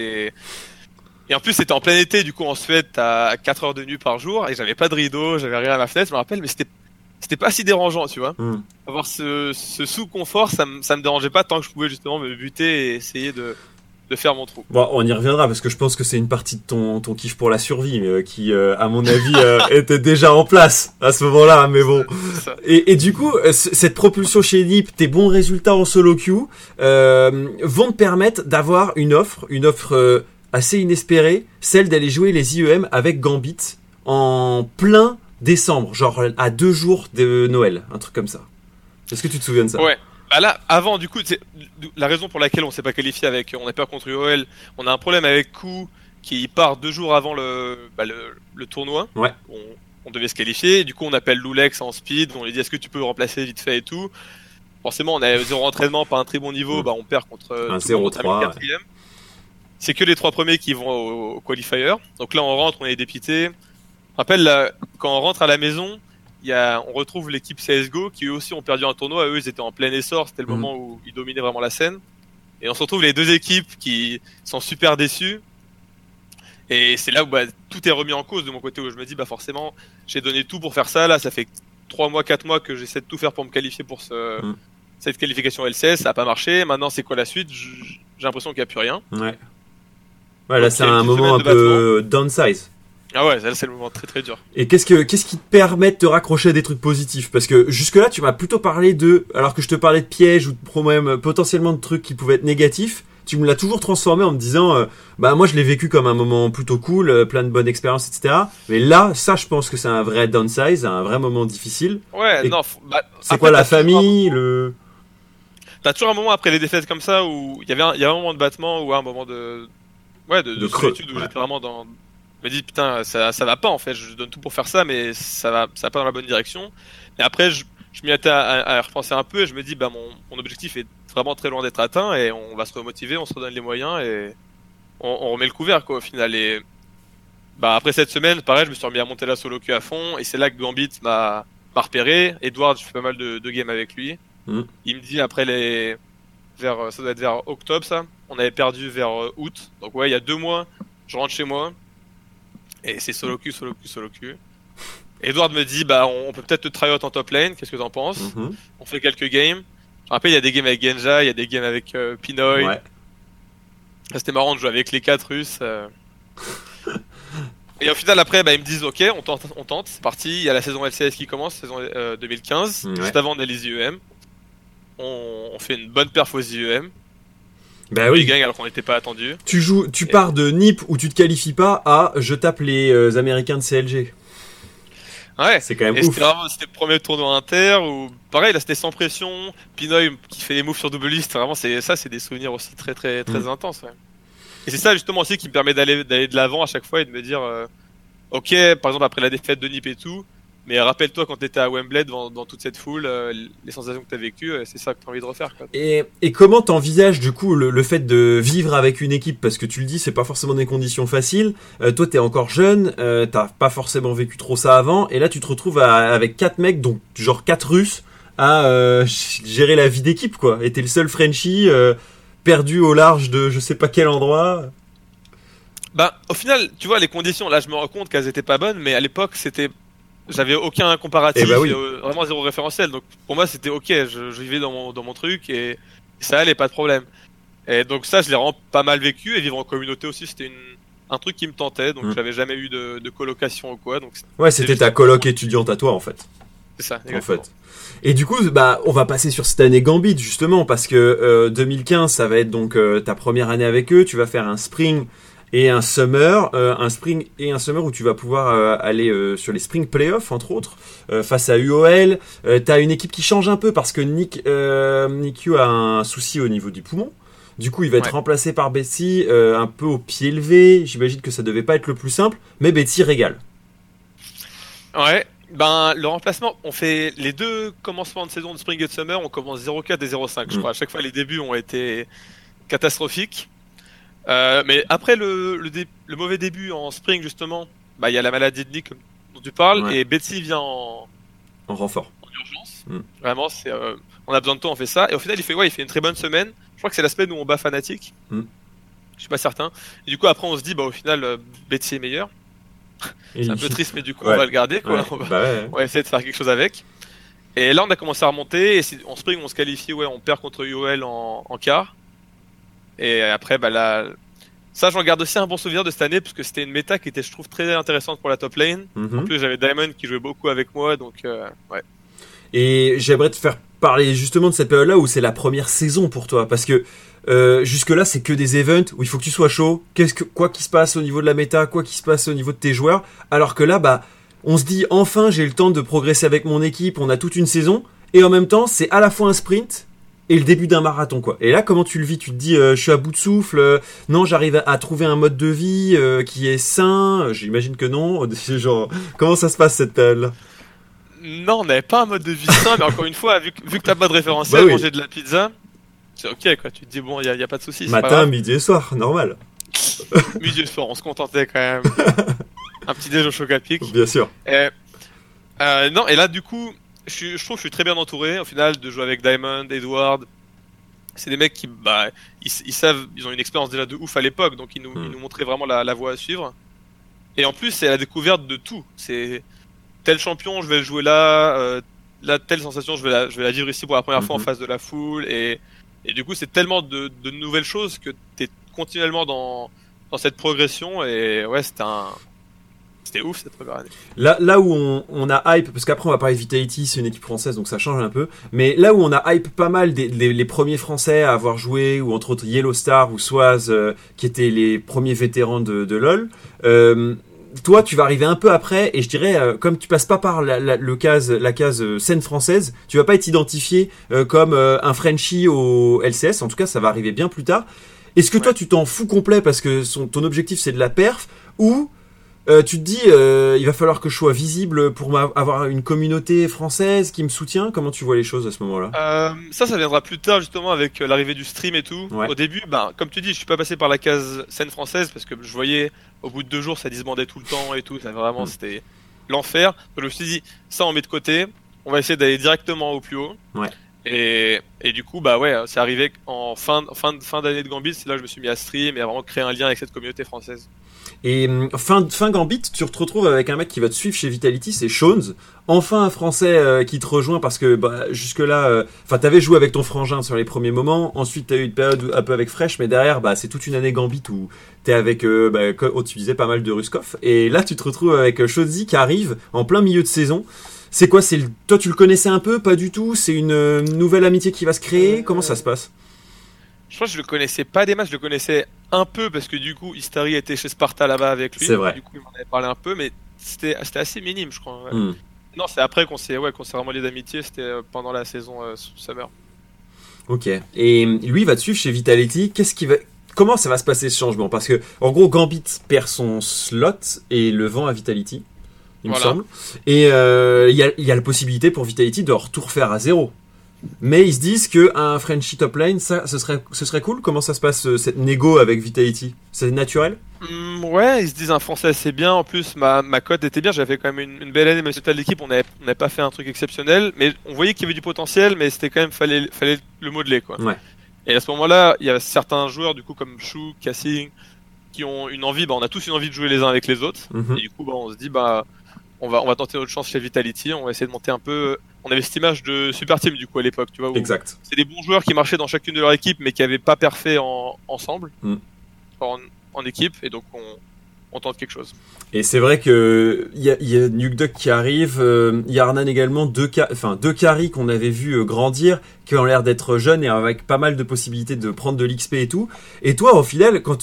et en plus, c'était en plein été, du coup, en Suède, t'as 4 heures de nuit par jour, et j'avais pas de rideau, j'avais rien à ma fenêtre, je me rappelle, mais c'était pas si dérangeant, tu vois. Avoir ce sous-confort, ça me dérangeait pas tant que je pouvais justement me buter et essayer de faire mon trou. Bon, on y reviendra, parce que je pense que c'est une partie de ton kiff pour la survie, qui, à mon avis, était déjà en place à ce moment-là, mais bon. Et du coup, cette propulsion chez Nip, tes bons résultats en solo queue, vont te permettre d'avoir une offre assez inespérée, celle d'aller jouer les IEM avec Gambit en plein décembre, genre à 2 jours de Noël, un truc comme ça. Est-ce que tu te souviens de ça? Ouais. Bah là, avant, du coup, la raison pour laquelle on s'est pas qualifié on a peur contre UOL, on a un problème avec Kou qui part 2 jours avant le tournoi. Ouais. On devait se qualifier, du coup on appelle Lulex en speed, on lui dit est-ce que tu peux remplacer vite fait et tout. Forcément, on a 0 entraînement, pas un très bon niveau, on perd contre un 0-3. C'est que les 3 premiers qui vont au qualifier. Donc là, on rentre, on est dépité. Je me rappelle, là, quand on rentre à la maison, on retrouve l'équipe CSGO qui eux aussi ont perdu un tournoi. Eux, ils étaient en plein essor. C'était le moment où ils dominaient vraiment la scène. Et on se retrouve les 2 équipes qui sont super déçues. Et c'est là où tout est remis en cause de mon côté, où je me dis, forcément, j'ai donné tout pour faire ça. Là, ça fait 3 mois, 4 mois que j'essaie de tout faire pour me qualifier pour cette qualification LCS. Ça n'a pas marché. Maintenant, c'est quoi la suite? J'ai l'impression qu'il n'y a plus rien. Ouais. Ouais, là, c'est un moment un peu downsize. Ah ouais, là, c'est le moment très très dur. Et qu'est-ce qui te permet de te raccrocher à des trucs positifs? Parce que jusque-là, tu m'as plutôt parlé alors que je te parlais de pièges ou de problèmes, potentiellement de trucs qui pouvaient être négatifs, tu me l'as toujours transformé en me disant, bah moi je l'ai vécu comme un moment plutôt cool, plein de bonnes expériences, etc. Mais là, ça, je pense que c'est un vrai downsize, un vrai moment difficile. Ouais, Et non. c'est quoi la famille, T'as toujours un moment après les défaites comme ça où il y a un moment de battement ou un moment de creux, solitude où j'étais vraiment dans. Je me dis putain, ça va pas en fait. Je donne tout pour faire ça, mais ça va pas dans la bonne direction. Et après, je m'y attends à repenser un peu et je me dis bah mon objectif est vraiment très loin d'être atteint et on va se remotiver, on se redonne les moyens et on remet le couvert quoi au final. Et bah après cette semaine, pareil, je me suis remis à monter la solo queue à fond et c'est là que Gambit m'a repéré. Edward, je fais pas mal de games avec lui. Il me dit après ça doit être vers octobre ça. On avait perdu vers août. Donc ouais, il y a 2 mois, je rentre chez moi et c'est solo queue. Edward me dit bah on peut peut-être te try out en top lane, qu'est-ce que t'en penses? On fait quelques games. Après il y a des games avec Genja, il y a des games avec Pinoy. Ouais. C'était marrant de jouer avec les 4 Russes. Et au final après bah, ils me disent ok on tente, c'est parti. Il y a la saison LCS qui commence, saison 2015. Ouais. Juste avant on a les IEM. On fait une bonne perf aux IEM. Bah On oui. les gagne alors qu'on n'était pas attendu. Tu pars de NiP où tu te qualifies pas à je tape les Américains de CLG. Ouais. C'est quand même Et ouf. c'était le premier tournoi inter où pareil là c'était sans pression. Pinoy qui fait les moves sur double list, vraiment c'est des souvenirs aussi très très très intenses. Ouais. Et c'est ça justement aussi qui me permet d'aller de l'avant à chaque fois et de me dire ok par exemple après la défaite de NiP et tout. Mais rappelle-toi quand t'étais à Wembley dans toute cette foule, les sensations que t'as vécues, c'est ça que t'as envie de refaire. Quoi. Et comment t'envisages du coup le fait de vivre avec une équipe, parce que tu le dis, c'est pas forcément des conditions faciles. Toi, t'es encore jeune, t'as pas forcément vécu trop ça avant, et là tu te retrouves avec 4 mecs, donc genre 4 Russes, à gérer la vie d'équipe, quoi. Et t'es le seul Frenchie perdu au large de je sais pas quel endroit. Bah, au final, tu vois, les conditions, là je me rends compte qu'elles étaient pas bonnes, mais à l'époque j'avais aucun comparatif, Eh bah oui. vraiment zéro référentiel. Donc pour moi c'était ok, je vivais dans mon truc et ça allait, pas de problème. Et donc ça je l'ai vraiment pas mal vécu et vivre en communauté aussi c'était un truc qui me tentait. Donc j'avais jamais eu de colocation ou quoi. Donc Ouais, c'était ta coloc étudiante à toi en fait. C'est ça, En exactement. fait. Et du coup, bah, on va passer sur cette année Gambit justement parce que 2015, ça va être donc ta première année avec eux. Tu vas faire un spring et un summer, où tu vas pouvoir aller sur les spring playoffs entre autres face à UOL. T'as une équipe qui change un peu parce que Nick a un souci au niveau du poumon. Du coup, il va être remplacé par Betsy, un peu au pied levé. J'imagine que ça devait pas être le plus simple, mais Betsy régale. Ouais. Ben, le remplacement, on fait les 2 commencements de saison de Spring et de Summer, on commence 0-4 et 0-5, je crois. À chaque fois, les débuts ont été catastrophiques. Mais après le mauvais début en Spring, justement, bah, il y a la maladie de Nick dont tu parles, et Betsy vient en renfort. En urgence. Vraiment, on a besoin de toi, on fait ça. Et au final, il fait une très bonne semaine. Je crois que c'est la semaine où on bat Fnatic. Je suis pas certain. Et du coup, après, on se dit, bah, au final, Betsy est meilleur. C'est un peu triste, mais du coup, on va le garder, quoi. On va essayer de faire quelque chose avec. Et là, on a commencé à remonter. Et en Spring, on se qualifie, on perd contre UOL en quart. Et après, bah là, ça, j'en garde aussi un bon souvenir de cette année, parce que c'était une méta qui était, je trouve, très intéressante pour la top lane. En plus, j'avais Diamond qui jouait beaucoup avec moi, donc ouais. Et j'aimerais te faire parler justement de cette période-là où c'est la première saison pour toi, parce que jusque-là, c'est que des events où il faut que tu sois chaud, quoi qu'il se passe au niveau de la méta, quoi qu'il se passe au niveau de tes joueurs, alors que là, bah, on se dit enfin, j'ai le temps de progresser avec mon équipe, on a toute une saison, et en même temps, c'est à la fois un sprint et le début d'un marathon, quoi. Et là, comment tu le vis? Tu te dis, je suis à bout de souffle, non, j'arrive à trouver un mode de vie qui est sain. J'imagine que non. Genre, comment ça se passe cette période-là? Non, on n'avait pas un mode de vie sain, mais encore une fois, vu que t'as pas de référentiel, manger de la pizza, c'est ok, quoi. Tu te dis, bon, y a pas de soucis. Matin, midi et soir, normal. Midi et soir, on se contentait quand même. Un petit déj au Choc-à-Pic. Bien sûr. Non, et là, du coup, je trouve que je suis très bien entouré, au final, de jouer avec Diamond, Edward. C'est des mecs qui, bah, ils savent, ils ont une expérience déjà de ouf à l'époque, donc ils nous montraient vraiment la voie à suivre. Et en plus, c'est la découverte de tout. C'est tel champion, je vais le jouer là, là, telle sensation, je vais la vivre ici pour la première fois en face de la foule. Et du coup, c'est tellement de nouvelles choses que t'es continuellement dans cette progression. Et ouais, c'était C'était ouf cette première année. Là où on a hype, parce qu'après on va parler de Vitality, c'est une équipe française donc ça change un peu, mais là où on a hype pas mal les premiers Français à avoir joué, ou entre autres Yellow Star ou Swaz, qui étaient les premiers vétérans de LoL, toi tu vas arriver un peu après, et je dirais, comme tu passes pas par la case scène française, tu vas pas être identifié comme un Frenchie au LCS, en tout cas ça va arriver bien plus tard. Est-ce que toi tu t'en fous complet parce que ton objectif c'est de la perf, ou tu te dis, il va falloir que je sois visible pour avoir une communauté française qui me soutient? Comment tu vois les choses à ce moment-là? Ça viendra plus tard justement avec l'arrivée du stream et tout. Ouais. Au début, comme tu dis, je suis pas passé par la case scène française parce que je voyais au bout de 2 jours ça disbandait tout le temps et tout. Ça vraiment c'était l'enfer. Donc je me suis dit, ça on met de côté. On va essayer d'aller directement au plus haut. Ouais. Et du coup c'est arrivé en fin d'année de Gambit. C'est là que je me suis mis à stream et à vraiment créer un lien avec cette communauté française. Et fin Gambit, tu te retrouves avec un mec qui va te suivre chez Vitality, c'est Shones. Enfin un Français qui te rejoint parce que jusque là, t'avais joué avec ton frangin sur les premiers moments. Ensuite t'as eu une période un peu avec Fresh, mais derrière c'est toute une année Gambit où t'es avec, tu disais pas mal de Ruskov. Et là tu te retrouves avec Shonesy qui arrive en plein milieu de saison. C'est quoi? Toi tu le connaissais un peu? Pas du tout? C'est une nouvelle amitié qui va se créer? Comment ça se passe? Je crois que je le connaissais pas des masses, je le connaissais un peu parce que du coup Istari était chez Sparta là-bas avec lui. C'est vrai. Du coup il m'en avait parlé un peu, mais c'était assez minime je crois. Ouais. Non, c'est après qu'on s'est vraiment liés d'amitié, c'était pendant la saison Summer. Ok. Et lui il va te suivre chez Vitality. Comment ça va se passer ce changement? Parce que en gros Gambit perd son slot et le vend à Vitality, il me semble. Et il y a la possibilité pour Vitality de tout refaire à zéro. Mais ils se disent qu'un Frenchie top lane, ce serait cool. Comment ça se passe cette négo avec Vitality? C'est naturel? Ouais, ils se disent un Français c'est bien. En plus, ma cote était bien. J'avais fait quand même une belle année, même si c'était l'équipe, on n'avait pas fait un truc exceptionnel. Mais on voyait qu'il y avait du potentiel, mais c'était quand même fallait le modeler quoi. Ouais. Et à ce moment-là, il y a certains joueurs du coup comme Shu, Cassing, qui ont une envie. On a tous une envie de jouer les uns avec les autres. Et du coup, on se dit on va tenter notre chance chez Vitality. On va essayer de monter un peu. On avait cette image de super team du coup à l'époque, tu vois. Exact. C'est des bons joueurs qui marchaient dans chacune de leur équipe, mais qui n'avaient pas perfait ensemble, en équipe, et donc on tente quelque chose. Et c'est vrai que il y a Nukeduck qui arrive, il y a Arnan également, deux carries qu'on avait vu grandir, qui ont l'air d'être jeunes et avec pas mal de possibilités de prendre de l'XP et tout. Et toi, au final, quand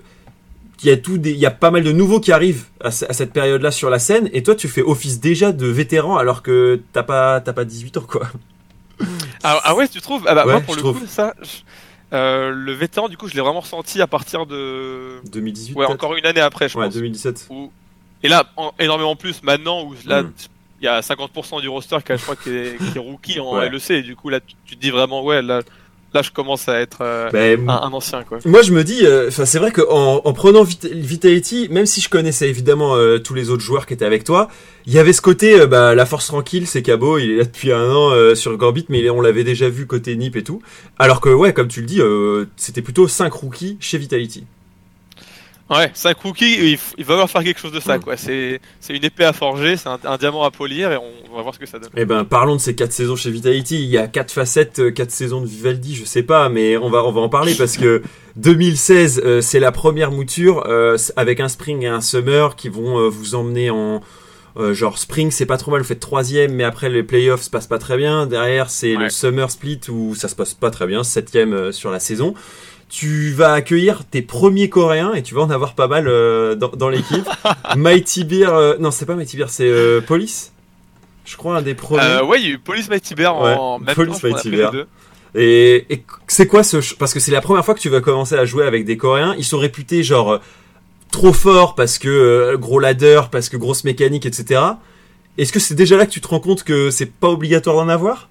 il y a pas mal de nouveaux qui arrivent à cette période-là sur la scène, et toi tu fais office déjà de vétéran alors que t'as pas 18 ans quoi. Ah ouais, tu trouves? Moi pour le coup ça, le vétéran du coup je l'ai vraiment ressenti à partir de 2018. Ouais, encore une année après je pense. 2017. Et là énormément plus maintenant où là il y a 50% du roster qui je crois qui est rookie en LEC, et du coup là tu te dis vraiment là je commence à être un ancien quoi. Moi je me dis, c'est vrai qu'en prenant Vitality, même si je connaissais évidemment tous les autres joueurs qui étaient avec toi, il y avait ce côté, la force tranquille, c'est Cabo, il est là depuis 1 an sur Gambit, mais on l'avait déjà vu côté NiP et tout. Alors que comme tu le dis, c'était plutôt 5 rookies chez Vitality. Ouais, 5 rookies, il va falloir faire quelque chose de ça, quoi. C'est une épée à forger, c'est un diamant à polir, et on va voir ce que ça donne. Eh ben, parlons de ces 4 saisons chez Vitality. Il y a 4 facettes, 4 saisons de Vivaldi, je sais pas, mais on va en parler parce que 2016, c'est la première mouture, avec un Spring et un Summer qui vont vous emmener en... genre Spring c'est pas trop mal, vous faites 3ème, mais après les playoffs se passent pas très bien. Derrière c'est le Summer Split où ça se passe pas très bien, 7ème sur la saison. Tu vas accueillir tes premiers Coréens et tu vas en avoir pas mal dans l'équipe. Mighty Bear, non c'est pas Mighty Bear, c'est Police, je crois, un des premiers. Ouais, il y a eu Police Mighty Bear en même Police temps. Mighty Bear. Et c'est quoi parce que c'est la première fois que tu vas commencer à jouer avec des Coréens. Ils sont réputés genre trop forts parce que gros ladder, parce que grosse mécanique, etc. Est-ce que c'est déjà là que tu te rends compte que c'est pas obligatoire d'en avoir?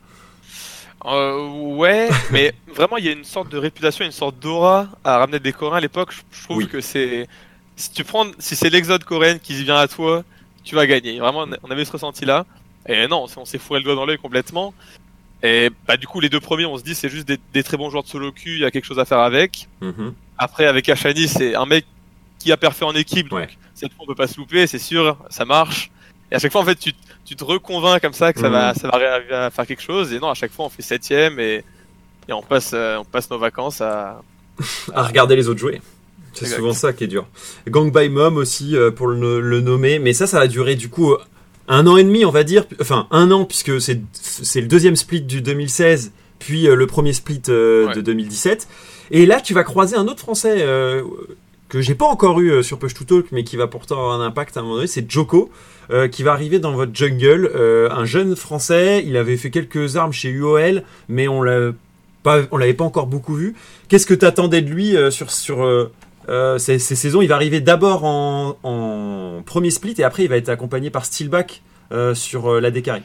Ouais, mais vraiment il y a une sorte de réputation, une sorte d'aura à ramener des Coréens à l'époque. Je trouve que c'est si c'est l'exode coréenne qui vient à toi, tu vas gagner. Vraiment, on avait ce ressenti là. Et non, on s'est fourré le doigt dans l'œil complètement. Et du coup les 2 premiers, on se dit c'est juste des très bons joueurs de solo queue, il y a quelque chose à faire avec. Après avec Ashani, c'est un mec qui a perfait en équipe, donc cette fois on peut pas se louper, c'est sûr, ça marche. Et à chaque fois en fait tu te reconvaincs comme ça que ça va arriver à faire quelque chose, et non, à chaque fois on fait 7ème et on passe nos vacances à regarder les autres jouer. C'est Exact. souvent ça qui est dur. Gang by Mom aussi, pour le nommer. Mais ça a duré du coup 1 an et demi, on va dire. Enfin, 1 an, puisque c'est le deuxième split du 2016, puis le premier split de 2017. Et là, tu vas croiser un autre Français que j'ai pas encore eu sur Push to Talk, mais qui va pourtant avoir un impact à un moment donné. C'est Joko, qui va arriver dans votre jungle. Un jeune Français, il avait fait quelques armes chez UOL, mais on l'avait pas encore beaucoup vu. Qu'est-ce que t'attendais de lui sur ces saisons? Il va arriver d'abord en premier split et après il va être accompagné par Steelback sur la Décarie.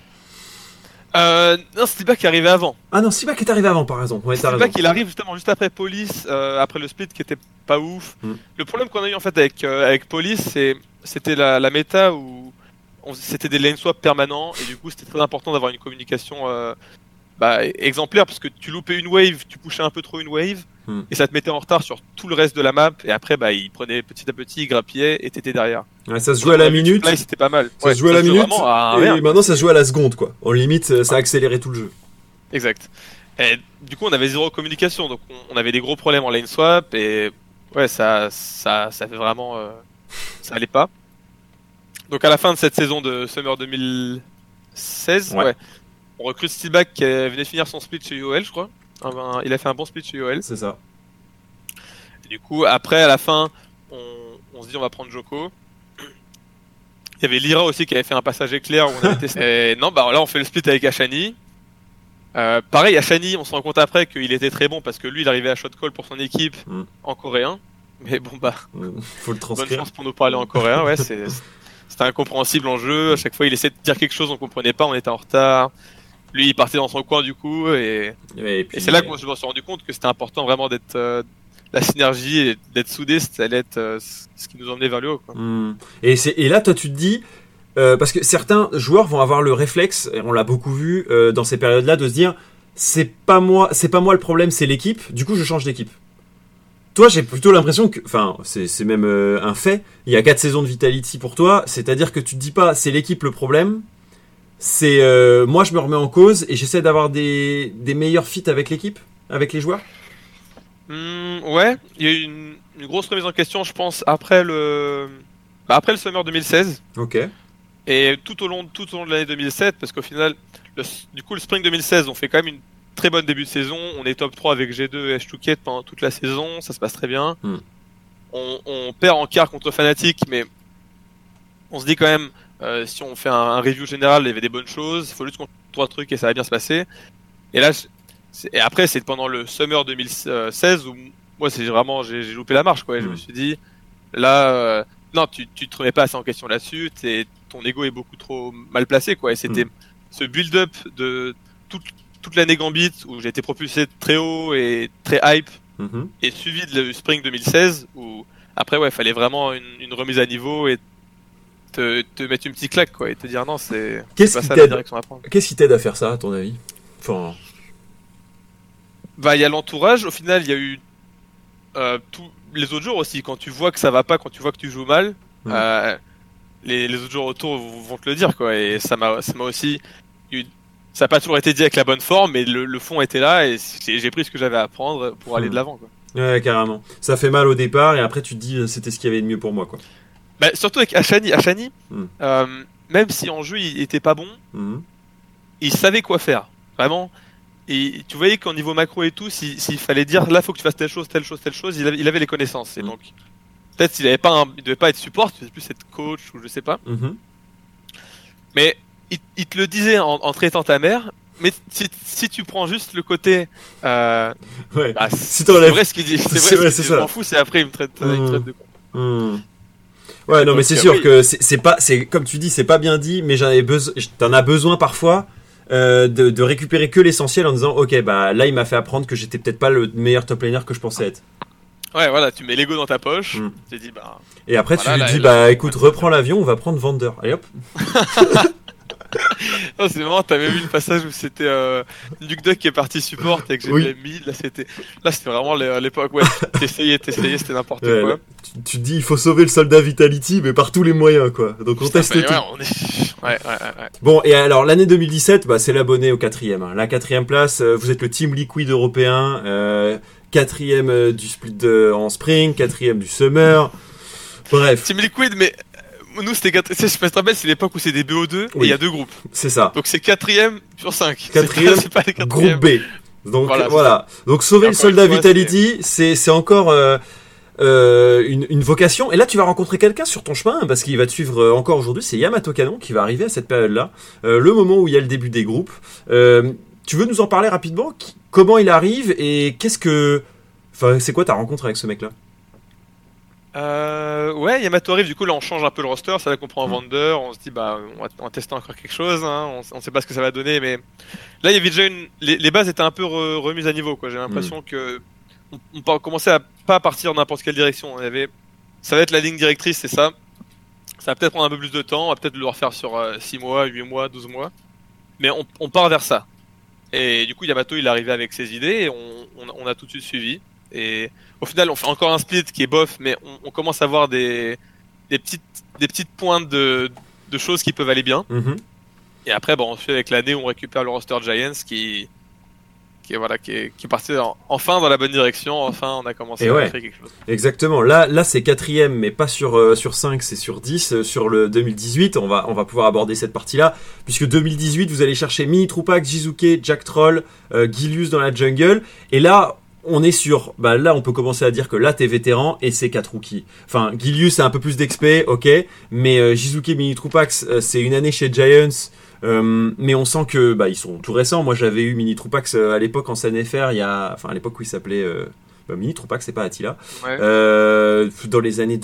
Non, Steelback est arrivé avant. Ah non, Steelback est arrivé avant, par raison. Ouais, t'as raison. Steelback, il arrive justement juste après Police, après le split qui était pas ouf. Le problème qu'on a eu en fait avec Police, c'était la méta où c'était des lane swaps permanents et du coup c'était très important d'avoir une communication exemplaire parce que tu loupais une wave, tu pushais un peu trop une wave et ça te mettait en retard sur tout le reste de la map et après il prenait petit à petit, il grappillait et t'étais derrière. Ouais, ça se jouait à la minute. Là, c'était pas mal. Ça se jouait à la minute et rien. maintenant ça se joue à la seconde quoi. En limite, ça a accéléré tout le jeu. Exact. Et du coup, on avait zéro communication, donc on avait des gros problèmes en lane swap et ouais, ça fait vraiment, ça allait pas. Donc à la fin de cette saison de Summer 2016, on recrute Steelback qui venait de finir son split chez UOL, je crois. Il a fait un bon split chez UOL. C'est ça. Et du coup, après, à la fin, on se dit on va prendre Joko. Il y avait Lyra aussi qui avait fait un passage éclair où on avait testé. Et non, là on fait le split avec Ashani. Pareil, Ashani, on se rend compte après qu'il était très bon parce que lui il arrivait à shot call pour son équipe en coréen. Mais bon faut le transcrire. Bonne chance pour nous parler en coréen, ouais, c'était incompréhensible en jeu. À chaque fois il essayait de dire quelque chose, on comprenait pas, on était en retard. Lui il partait dans son coin du coup et puis, c'est là que je me suis rendu compte que c'était important vraiment d'être la synergie et d'être soudé, ça allait être ce qui nous emmenait vers le haut, quoi. Et là toi tu te dis parce que certains joueurs vont avoir le réflexe, et on l'a beaucoup vu dans ces périodes-là, de se dire c'est pas moi le problème, c'est l'équipe. Du coup, je change d'équipe. Toi, j'ai plutôt l'impression que, enfin, c'est même un fait. Il y a 4 saisons de Vitality pour toi, c'est-à-dire que tu te dis pas c'est l'équipe le problème. C'est moi, je me remets en cause et j'essaie d'avoir des meilleurs fits avec l'équipe, avec les joueurs. Ouais, il y a eu une grosse remise en question, je pense, après le Summer 2016. Ok. Et tout au long de l'année 2007, parce qu'au final, le Spring 2016, on fait quand même une très bonne début de saison. On est top 3 avec G2 et H2K pendant toute la saison, ça se passe très bien. On perd en quart contre Fnatic, mais on se dit quand même, si on fait un review général, il y avait des bonnes choses, il faut juste qu'on trouve 3 trucs et ça va bien se passer. Et là, après, c'est pendant le Summer 2016 où moi, j'ai loupé la marche, quoi. Et je me suis dit, là, non, tu te remets pas assez en question là-dessus, ton ego est beaucoup trop mal placé, quoi. Et c'était ce build-up de toute l'année Gambit où j'ai été propulsé très haut et très hype, et suivi de le Spring 2016 où après, ouais, fallait vraiment une remise à niveau et te mettre une petite claque, quoi, et te dire non, c'est pas ça la direction à prendre. Qu'est-ce qui t'aide à faire ça, à ton avis? Enfin... il y a l'entourage, au final, il y a eu tous les autres jours aussi, quand tu vois que ça va pas, quand tu vois que tu joues mal, les autres joueurs autour vont te le dire, quoi, et ça m'a aussi ça n'a pas toujours été dit avec la bonne forme, mais le fond était là et j'ai pris ce que j'avais à apprendre pour aller de l'avant, quoi. Ouais, carrément. Ça fait mal au départ et après tu te dis c'était ce qu'il y avait de mieux pour moi, quoi. Surtout avec Ashani, même si en jeu il était pas bon, il savait quoi faire, vraiment. Et tu voyais qu'en niveau macro et tout, s'il fallait dire là faut que tu fasses telle chose, il avait les connaissances. Et donc peut-être il devait pas être support, il devait plus être coach ou je sais pas. Mais il te le disait en traitant ta mère. Mais si tu prends juste le côté, si c'est vrai ce qu'il dit. C'est vrai, je m'en fous. C'est après il me traite de con. Ouais, non, mais c'est sûr que c'est comme tu dis, c'est pas bien dit, mais t'en as besoin parfois. De récupérer que l'essentiel en disant ok, là il m'a fait apprendre que j'étais peut-être pas le meilleur top laner que je pensais être. Ouais, voilà, tu mets l'ego dans ta poche, tu te dis et après tu lui dis écoute, reprends l'avion, on va prendre Vander. Allez hop. Non, c'est vraiment, t'as même vu le passage où c'était Nuke Duck qui est parti support et que j'ai Oui. mis là c'était vraiment l'époque, ouais, t'essayais, c'était n'importe Ouais, quoi. là, tu te dis, il faut sauver le soldat Vitality, mais par tous les moyens, quoi. Donc on teste Mais tout. ouais, on est... ouais. Bon, et alors l'année 2017, bah, c'est l'abonné au 4e. Hein. La 4e place, vous êtes le Team Liquid européen, 4e du split en spring, 4e du summer. Bref, Team Liquid, mais nous c'était 4... je sais pas si tu te rappelles, c'est l'époque où c'est des BO2 et Oui. il y a 2 groupes. c'est ça. Donc c'est 4ème sur 5. 4e, c'est pas les 4e. Groupe B. Donc Voilà, voilà. Donc sauver Et le encore soldat une fois, Vitality, c'est encore une vocation. Et là, tu vas rencontrer quelqu'un sur ton chemin parce qu'il va te suivre encore aujourd'hui. C'est Yamato Canon qui va arriver à cette période-là, le moment où il y a le début des groupes. Tu veux nous en parler rapidement? Comment il arrive et enfin, c'est quoi ta rencontre avec ce mec-là? Ouais, Yamato arrive, du coup là on change un peu le roster, c'est là qu'on prend un vendeur, on se dit bah on va tester encore quelque chose, hein, on sait pas ce que ça va donner, mais là il y avait déjà les bases étaient un peu remises à niveau, quoi. J'ai l'impression que on commençait à pas partir dans n'importe quelle direction. Ça va être la ligne directrice, c'est ça. Ça va peut-être prendre un peu plus de temps, on va peut-être le refaire sur 6 mois, 8 mois, 12 mois, mais on part vers ça. Et du coup Yamato il est arrivé avec ses idées et on a tout de suite suivi. Et au final, on fait encore un split qui est bof, mais on commence à voir des petites pointes de choses qui peuvent aller bien. Mhm. Et après, bon, ensuite avec l'année, on récupère le roster Giants qui est parti enfin dans la bonne direction. Enfin, on a commencé à créer quelque chose. Exactement. Là, c'est 4e, mais pas sur 5, c'est sur 10. Sur le 2018, on va pouvoir aborder cette partie-là, puisque 2018, vous allez chercher Mini Troupac, Jizuke, Jack Troll, Gilius dans la jungle. Et là, on est sur, là on peut commencer à dire que là t'es vétéran et c'est 4 rookies. Enfin, Gilius a un peu plus d'XP, ok, mais Jizuke, Mini Troupax, c'est une année chez Giants, mais on sent que ils sont tout récents. Moi j'avais eu Mini Troupax à l'époque en CNFR, à l'époque où il s'appelait Mini Troupax, c'est pas Attila, Ouais. dans les années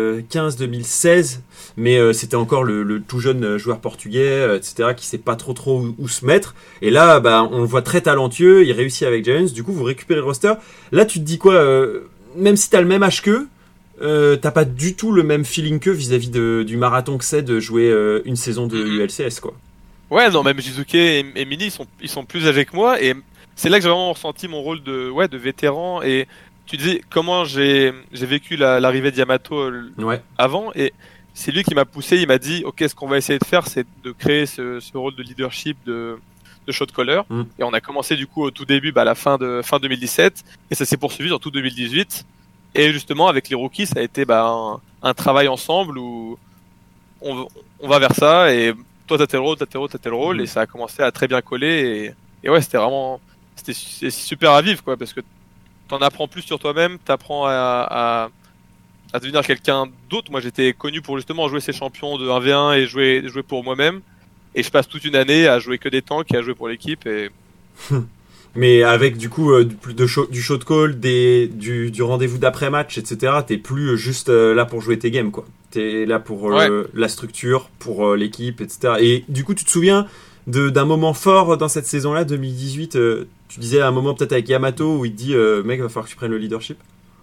2015-2016, mais c'était encore le tout jeune joueur portugais, etc., qui sait pas trop où se mettre. Et là, on le voit très talentueux, il réussit avec Giants, du coup vous récupérez le roster. Là tu te dis quoi, même si t'as le même âge qu'eux, t'as pas du tout le même feeling qu'eux vis-à-vis du marathon que c'est de jouer une saison de ULCS, quoi. Ouais, non, même Jizuke et Mini, ils sont plus âgés que moi, et c'est là que j'ai vraiment ressenti mon rôle de vétéran. Et tu disais comment j'ai vécu l'arrivée de Yamato avant, et c'est lui qui m'a poussé. Il m'a dit, ok, ce qu'on va essayer de faire, c'est de créer ce rôle de leadership de shot caller. Et on a commencé du coup au tout début, à la fin 2017, et ça s'est poursuivi dans tout 2018. Et justement, avec les rookies, ça a été un travail ensemble où on va vers ça, et toi t'as tel rôle, et ça a commencé à très bien coller, et ouais, c'est super à vivre, quoi, parce que t'en apprends plus sur toi-même, t'apprends à devenir quelqu'un d'autre. Moi j'étais connu pour justement jouer ces champions de 1v1 et jouer pour moi-même, et je passe toute une année à jouer que des tanks et à jouer pour l'équipe, et mais avec du coup du shot call, du rendez-vous d'après-match, etc. T'es plus juste là pour jouer tes games, quoi. T'es là pour la structure, pour l'équipe, etc. Et du coup, tu te souviens d'un moment fort dans cette saison-là, 2018, tu disais à un moment peut-être avec Yamato où il te dit mec, va falloir que tu prennes le leadership.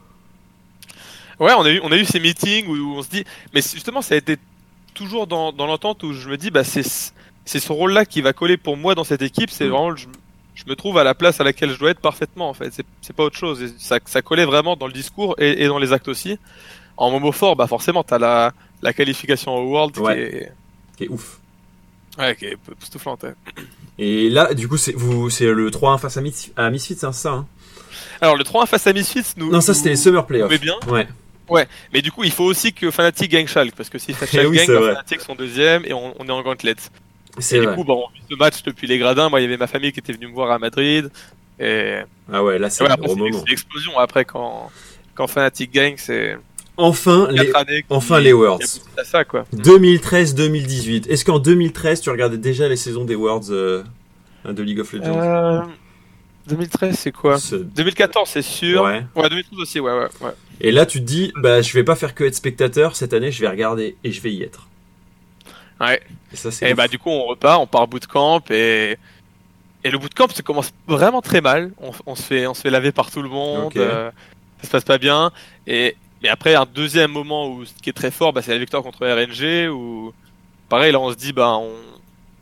Ouais, on a eu ces meetings où on se dit, mais justement ça a été toujours dans l'entente où je me dis c'est ce rôle-là qui va coller pour moi dans cette équipe. C'est vraiment je me trouve à la place à laquelle je dois être parfaitement, en fait. C'est pas autre chose. Et ça collait vraiment dans le discours et dans les actes aussi. En moment fort, forcément t'as la qualification au World qui est ouf. Ouais, qui est époustouflante. Ouais. Et là, du coup, c'est le 3-1 face à Misfits, c'est ça, hein. Alors le 3-1 face à Misfits, non, ça c'était les Summer Playoffs. Mais bien. Ouais, mais du coup, il faut aussi que Fnatic gagne Schalke, parce que si Schalke gagne, Fnatic sont deuxième et on est en gauntlet. C'est vrai. Du coup, on vit ce match depuis les gradins. Moi, il y avait ma famille qui était venue me voir à Madrid. Et... Ah ouais, là c'est un gros moment. C'est l'explosion après quand Fnatic gagne, c'est... Enfin les Worlds. Ça, quoi. 2013-2018. Est-ce qu'en 2013, tu regardais déjà les saisons des Worlds de League of Legends 2013, c'est quoi 2014, c'est sûr. Ouais, 2012 aussi, ouais. Et là, tu te dis, je vais pas faire que être spectateur. Cette année, je vais regarder et je vais y être. Ouais. Et ça, c'est du coup, on part bootcamp et le bootcamp, ça commence vraiment très mal. On se fait laver par tout le monde. Okay. Ça se passe pas bien. Mais après, un deuxième moment qui est très fort, c'est la victoire contre RNG où, pareil, là, on se dit,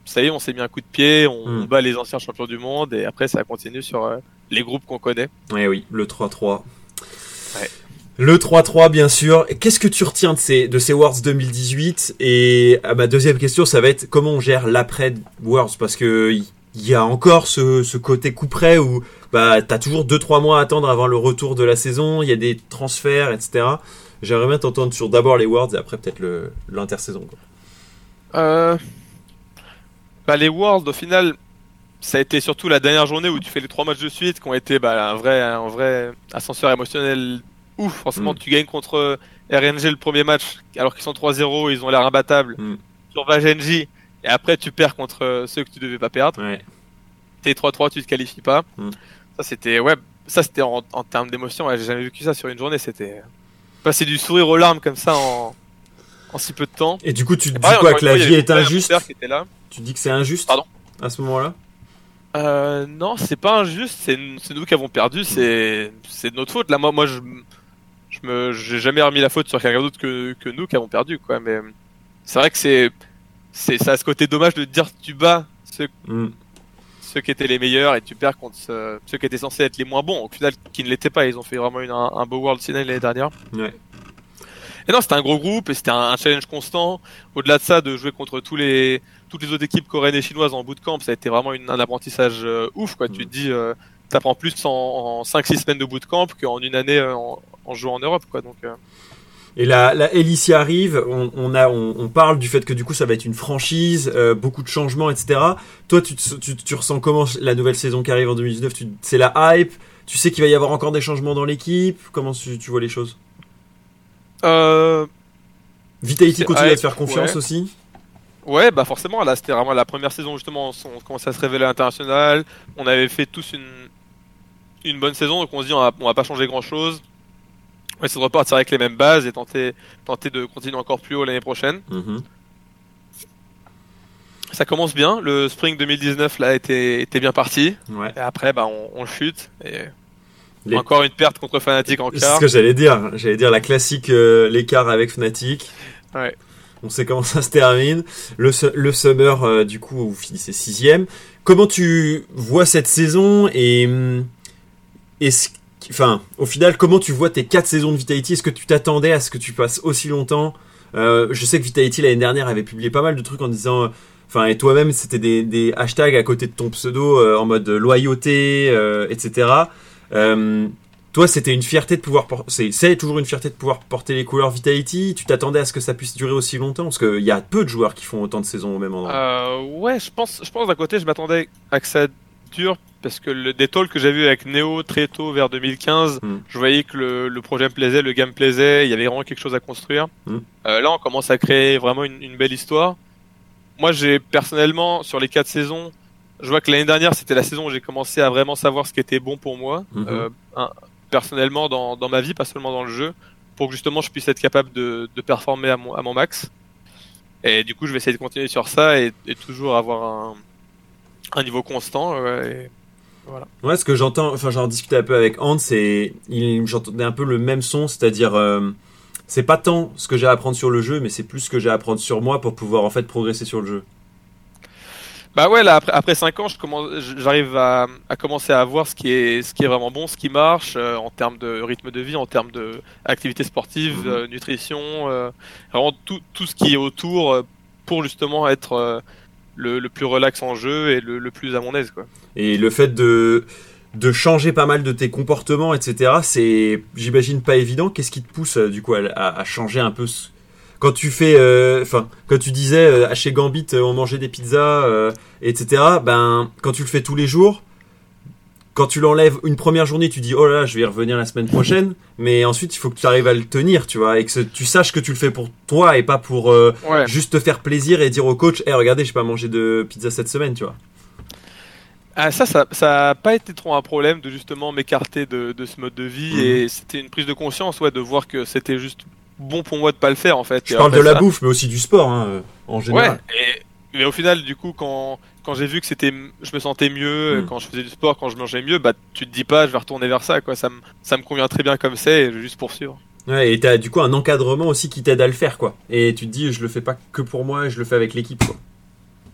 ça y est, on s'est mis un coup de pied, on bat les anciens champions du monde, et après ça continue sur les groupes qu'on connaît. Ouais, oui, le 3-3. Ouais. Le 3-3, bien sûr. Qu'est-ce que tu retiens de ces Worlds 2018? Et ma deuxième question, ça va être comment on gère l'après Worlds, parce que il y a encore ce côté coup près où t'as toujours 2-3 mois à attendre avant le retour de la saison, il y a des transferts, etc. J'aimerais bien t'entendre sur d'abord les Worlds et après peut-être l'intersaison, quoi. Les Worlds, au final, ça a été surtout la dernière journée où tu fais les 3 matchs de suite qui ont été un vrai ascenseur émotionnel ouf. Forcément, tu gagnes contre RNG le premier match alors qu'ils sont 3-0, ils ont l'air imbattables. Sur Vagenji, et après tu perds contre ceux que tu devais pas perdre. Ouais. T'es 3-3, tu te qualifies pas. Ça c'était en termes d'émotion, j'ai jamais vécu ça sur une journée. C'était passer du sourire aux larmes comme ça en si peu de temps. Et du coup, tu te dis quoi, que la vie est injuste? Qui était là. Tu dis que c'est injuste? Pardon? À ce moment-là? Non, c'est pas injuste, c'est nous qui avons perdu, c'est de notre faute. Là, moi, j'ai jamais remis la faute sur quelqu'un d'autre que nous qui avons perdu, quoi. Mais c'est vrai que ça a ce côté dommage de te dire tu bats ceux qui étaient les meilleurs et tu perds contre ceux qui étaient censés être les moins bons. Au final, qui ne l'étaient pas. Ils ont fait vraiment un beau World Final l'année dernière. Ouais. Et non, c'était un gros groupe et c'était un challenge constant. Au-delà de ça, de jouer contre toutes les autres équipes coréennes et chinoises en bootcamp, ça a été vraiment un apprentissage ouf, quoi. Tu te dis, t'apprends plus en 5-6 semaines de bootcamp qu'en une année en jouant en Europe, quoi. Donc. Et la LEC arrive, on parle du fait que du coup ça va être une franchise, beaucoup de changements, etc. Toi, tu ressens comment la nouvelle saison qui arrive en 2019? C'est la hype? Tu sais qu'il va y avoir encore des changements dans l'équipe? Comment tu vois les choses? Vitality continue à te faire confiance aussi? Ouais, forcément, là c'était vraiment la première saison justement, on commençait à se révéler à l'international, on avait fait tous une bonne saison, donc on se dit on va pas changer grand chose. On va essayer de repartir avec les mêmes bases et tenter de continuer encore plus haut l'année prochaine. Ça commence bien, le Spring 2019 là était bien parti. Ouais. Et après on chute et encore une perte contre Fnatic en quart. C'est ce que j'allais dire la classique l'écart avec Fnatic. Ouais. On sait comment ça se termine. Le Summer du coup vous finissez 6ème. Comment tu vois cette saison et au final, comment tu vois tes 4 saisons de Vitality? Est-ce que tu t'attendais à ce que tu passes aussi longtemps? Je sais que Vitality l'année dernière avait publié pas mal de trucs en disant, et toi-même c'était des hashtags à côté de ton pseudo en mode loyauté, etc. Toi, c'était une fierté de pouvoir c'est toujours une fierté de pouvoir porter les couleurs Vitality. Tu t'attendais à ce que ça puisse durer aussi longtemps? Parce qu'il y a peu de joueurs qui font autant de saisons au même endroit. Ouais, je pense d'un côté, je m'attendais à que ça dure. Parce que des talks que j'ai vu avec Neo très tôt vers 2015, je voyais que le projet me plaisait, le game plaisait, il y avait vraiment quelque chose à construire. Là, on commence à créer vraiment une belle histoire. Moi, j'ai personnellement, sur les 4 saisons, je vois que l'année dernière, c'était la saison où j'ai commencé à vraiment savoir ce qui était bon pour moi, personnellement dans ma vie, pas seulement dans le jeu, pour que justement je puisse être capable de performer à mon max. Et du coup, je vais essayer de continuer sur ça et toujours avoir un niveau constant. Voilà. Ouais, ce que j'en discutais un peu avec Hans, j'entendais un peu le même son, c'est-à-dire c'est pas tant ce que j'ai à apprendre sur le jeu, mais c'est plus ce que j'ai à apprendre sur moi pour pouvoir en fait progresser sur le jeu. Bah ouais, là après 5 ans, j'arrive à commencer à voir ce qui est vraiment bon, ce qui marche en termes de rythme de vie, en termes de activité sportive, nutrition, vraiment tout ce qui est autour pour justement être le plus relax en jeu et le plus à mon aise, quoi. Et le fait de changer pas mal de tes comportements, etc., c'est, j'imagine, pas évident. Qu'est-ce qui te pousse du coup à changer un peu quand tu fais, quand tu disais chez Gambit on mangeait des pizzas, etc. Quand tu le fais tous les jours, quand tu l'enlèves une première journée, tu dis oh là là, je vais y revenir la semaine prochaine, mais ensuite il faut que tu arrives à le tenir, tu vois, et que tu saches que tu le fais pour toi et pas pour juste te faire plaisir et dire au coach regardez, j'ai pas mangé de pizza cette semaine, tu vois. Ça a pas été trop un problème de justement m'écarter de ce mode de vie, et c'était une prise de conscience de voir que c'était juste bon pour moi de pas le faire, en fait. Je parle de la bouffe, mais aussi du sport, en général. Ouais, mais au final, du coup, quand j'ai vu que je me sentais mieux, quand je faisais du sport, quand je mangeais mieux, tu te dis pas, je vais retourner vers ça, quoi. Ça me convient très bien comme ça, et je vais juste poursuivre. Ouais, et t'as du coup un encadrement aussi qui t'aide à le faire, quoi. Et tu te dis, je le fais pas que pour moi, je le fais avec l'équipe, quoi.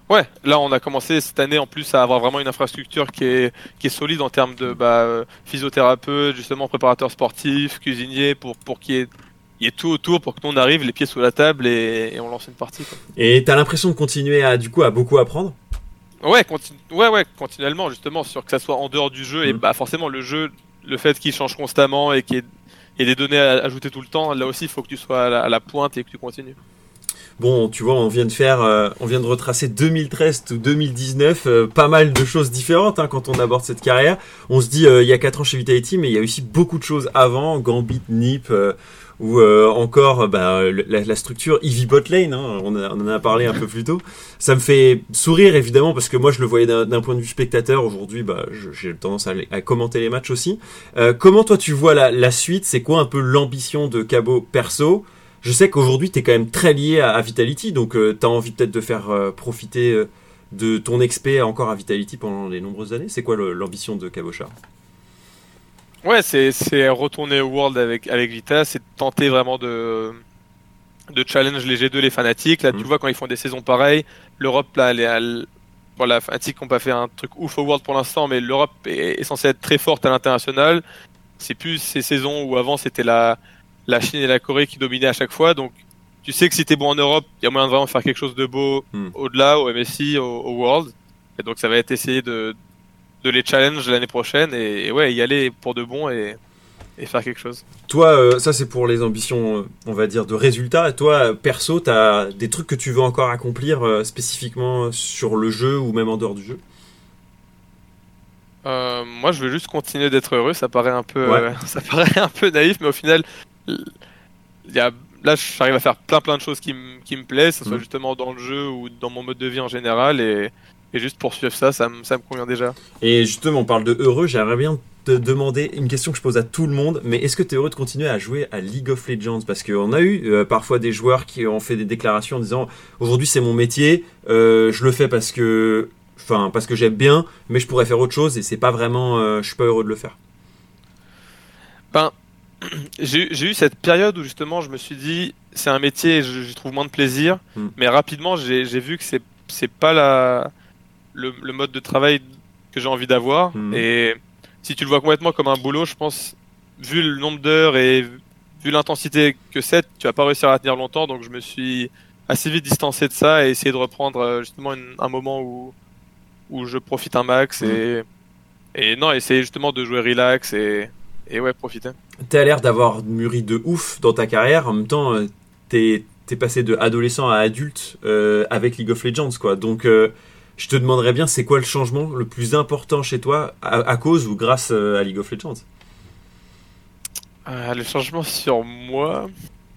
Ouais, là on a commencé cette année en plus à avoir vraiment une infrastructure qui est solide en termes de physiothérapeute, justement préparateur sportif, cuisinier, pour qu'il y ait tout autour pour que nous on arrive les pieds sous la table et on lance une partie, quoi. Et t'as l'impression de continuer à beaucoup apprendre? Ouais, continuellement justement, sur que ça soit en dehors du jeu et forcément le jeu, le fait qu'il change constamment et qu'il y ait des données à ajouter tout le temps, là aussi il faut que tu sois à la pointe et que tu continues. Bon, tu vois, on vient de retracer 2013 ou 2019, pas mal de choses différentes quand on aborde cette carrière. On se dit, il y a 4 ans chez Vitality, mais il y a aussi beaucoup de choses avant, Gambit, Nip, ou encore la structure Eevee Botlane, on en a parlé un peu plus tôt. Ça me fait sourire évidemment parce que moi je le voyais d'un point de vue spectateur. Aujourd'hui, j'ai tendance à commenter les matchs aussi. Comment toi tu vois la suite? C'est quoi un peu l'ambition de Cabot perso? Je sais qu'aujourd'hui, tu es quand même très lié à Vitality, donc tu as envie peut-être de faire profiter de ton expé encore à Vitality pendant les nombreuses années. C'est quoi l'ambition de Cabochard? Ouais, c'est retourner au World avec Vita, c'est tenter vraiment de challenge les G2, les Fanatics. Là, tu vois, quand ils font des saisons pareilles, l'Europe, là, la Fnatic n'ont pas fait un truc ouf au World pour l'instant, mais l'Europe est censée être très forte à l'international. C'est plus ces saisons où avant c'était la Chine et la Corée qui dominaient à chaque fois, donc tu sais que si t'es bon en Europe, il y a moyen de vraiment faire quelque chose de beau au-delà, au MSI, au World, et donc ça va être essayer de les challenge l'année prochaine et ouais, y aller pour de bon et faire quelque chose. Toi, ça c'est pour les ambitions, on va dire, de résultats. Toi, perso, t'as des trucs que tu veux encore accomplir spécifiquement sur le jeu ou même en dehors du jeu? Moi, je veux juste continuer d'être heureux. Ça paraît un peu naïf, mais au final, là, j'arrive à faire plein de choses qui me plaisent, que ce soit justement dans le jeu ou dans mon mode de vie en général, et juste poursuivre ça me convient déjà. Et justement, on parle de heureux. J'aimerais bien te demander une question que je pose à tout le monde, mais est-ce que tu es heureux de continuer à jouer à League of Legends? Parce qu'on a eu parfois des joueurs qui ont fait des déclarations en disant aujourd'hui c'est mon métier, je le fais parce que j'aime bien, mais je pourrais faire autre chose et c'est pas vraiment, je suis pas heureux de le faire. J'ai eu cette période où justement je me suis dit c'est un métier et j'y trouve moins de plaisir, mais rapidement j'ai vu que c'est pas le mode de travail que j'ai envie d'avoir, et si tu le vois complètement comme un boulot, je pense, vu le nombre d'heures et vu l'intensité que c'est, tu vas pas réussir à tenir longtemps, donc je me suis assez vite distancé de ça et essayé de reprendre justement un moment où je profite un max et essayer justement de jouer relax et ouais, profiter. T'as l'air d'avoir mûri de ouf dans ta carrière, en même temps t'es passé de adolescent à adulte avec League of Legends, quoi. Donc je te demanderais bien, c'est quoi le changement le plus important chez toi à cause ou grâce à League of Legends? Le changement sur moi,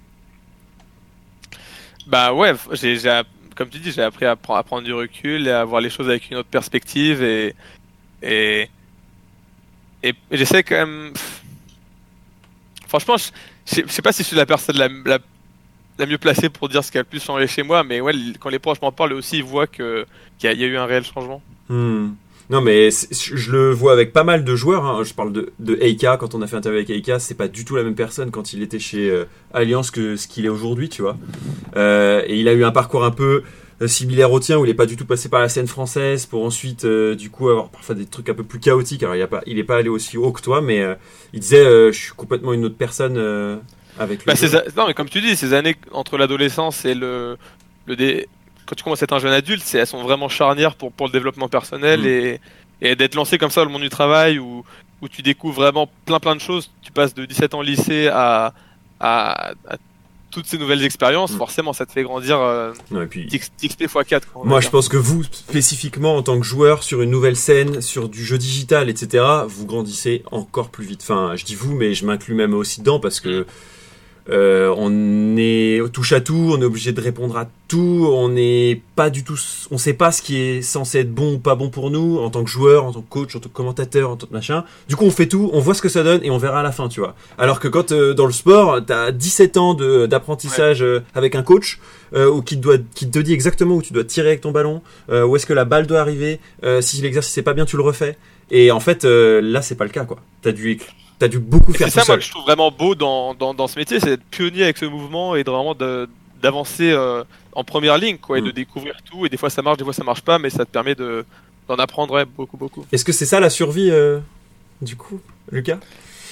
ouais, comme tu dis, j'ai appris à prendre du recul et à voir les choses avec une autre perspective et j'essaie quand même. Franchement, je sais pas si je suis la personne la mieux placée pour dire ce qui a le plus changé chez moi, mais ouais, quand les proches m'en parlent aussi, ils voient qu'il y a eu un réel changement. Non, mais je le vois avec pas mal de joueurs. Je parle de Eika. Quand on a fait un interview avec Eika, c'est pas du tout la même personne quand il était chez Alliance que ce qu'il est aujourd'hui, tu vois. Et il a eu un parcours un peu similaire au tien où il est pas du tout passé par la scène française pour ensuite du coup avoir parfois des trucs un peu plus chaotiques. Alors il est pas allé aussi haut que toi, mais il disait je suis complètement une autre personne avec le jeu. Non, mais comme tu dis, ces années entre l'adolescence et quand tu commences à être un jeune adulte, elles sont vraiment charnières pour le développement personnel et d'être lancé comme ça dans le monde du travail où tu découvres vraiment plein de choses. Tu passes de 17 ans au lycée à toutes ces nouvelles expériences, forcément ça te fait grandir XP x4. Moi je pense que vous, spécifiquement en tant que joueur sur une nouvelle scène, sur du jeu digital, etc., vous grandissez encore plus vite. Enfin, je dis vous, mais je m'inclus même aussi dedans parce que on est touche à tout, on est obligé de répondre à tout, on sait pas ce qui est censé être bon ou pas bon pour nous en tant que joueur, en tant que coach, en tant que commentateur, en tant que machin. Du coup, on fait tout, on voit ce que ça donne et on verra à la fin, tu vois. Alors que quand dans le sport, t'as 17 ans d'apprentissage avec un coach ou qui te dit exactement où tu dois tirer avec ton ballon, où est-ce que la balle doit arriver, si l'exercice c'est pas bien, tu le refais. Et en fait, là, c'est pas le cas, quoi. T'as dû beaucoup faire tout ça. C'est ça, moi, que je trouve vraiment beau dans ce métier, c'est d'être pionnier avec ce mouvement et de vraiment d'avancer en première ligne, quoi, et de découvrir tout. Et des fois ça marche, des fois ça marche pas, mais ça te permet d'en apprendre beaucoup. Est-ce que c'est ça la survie, du coup, Lucas?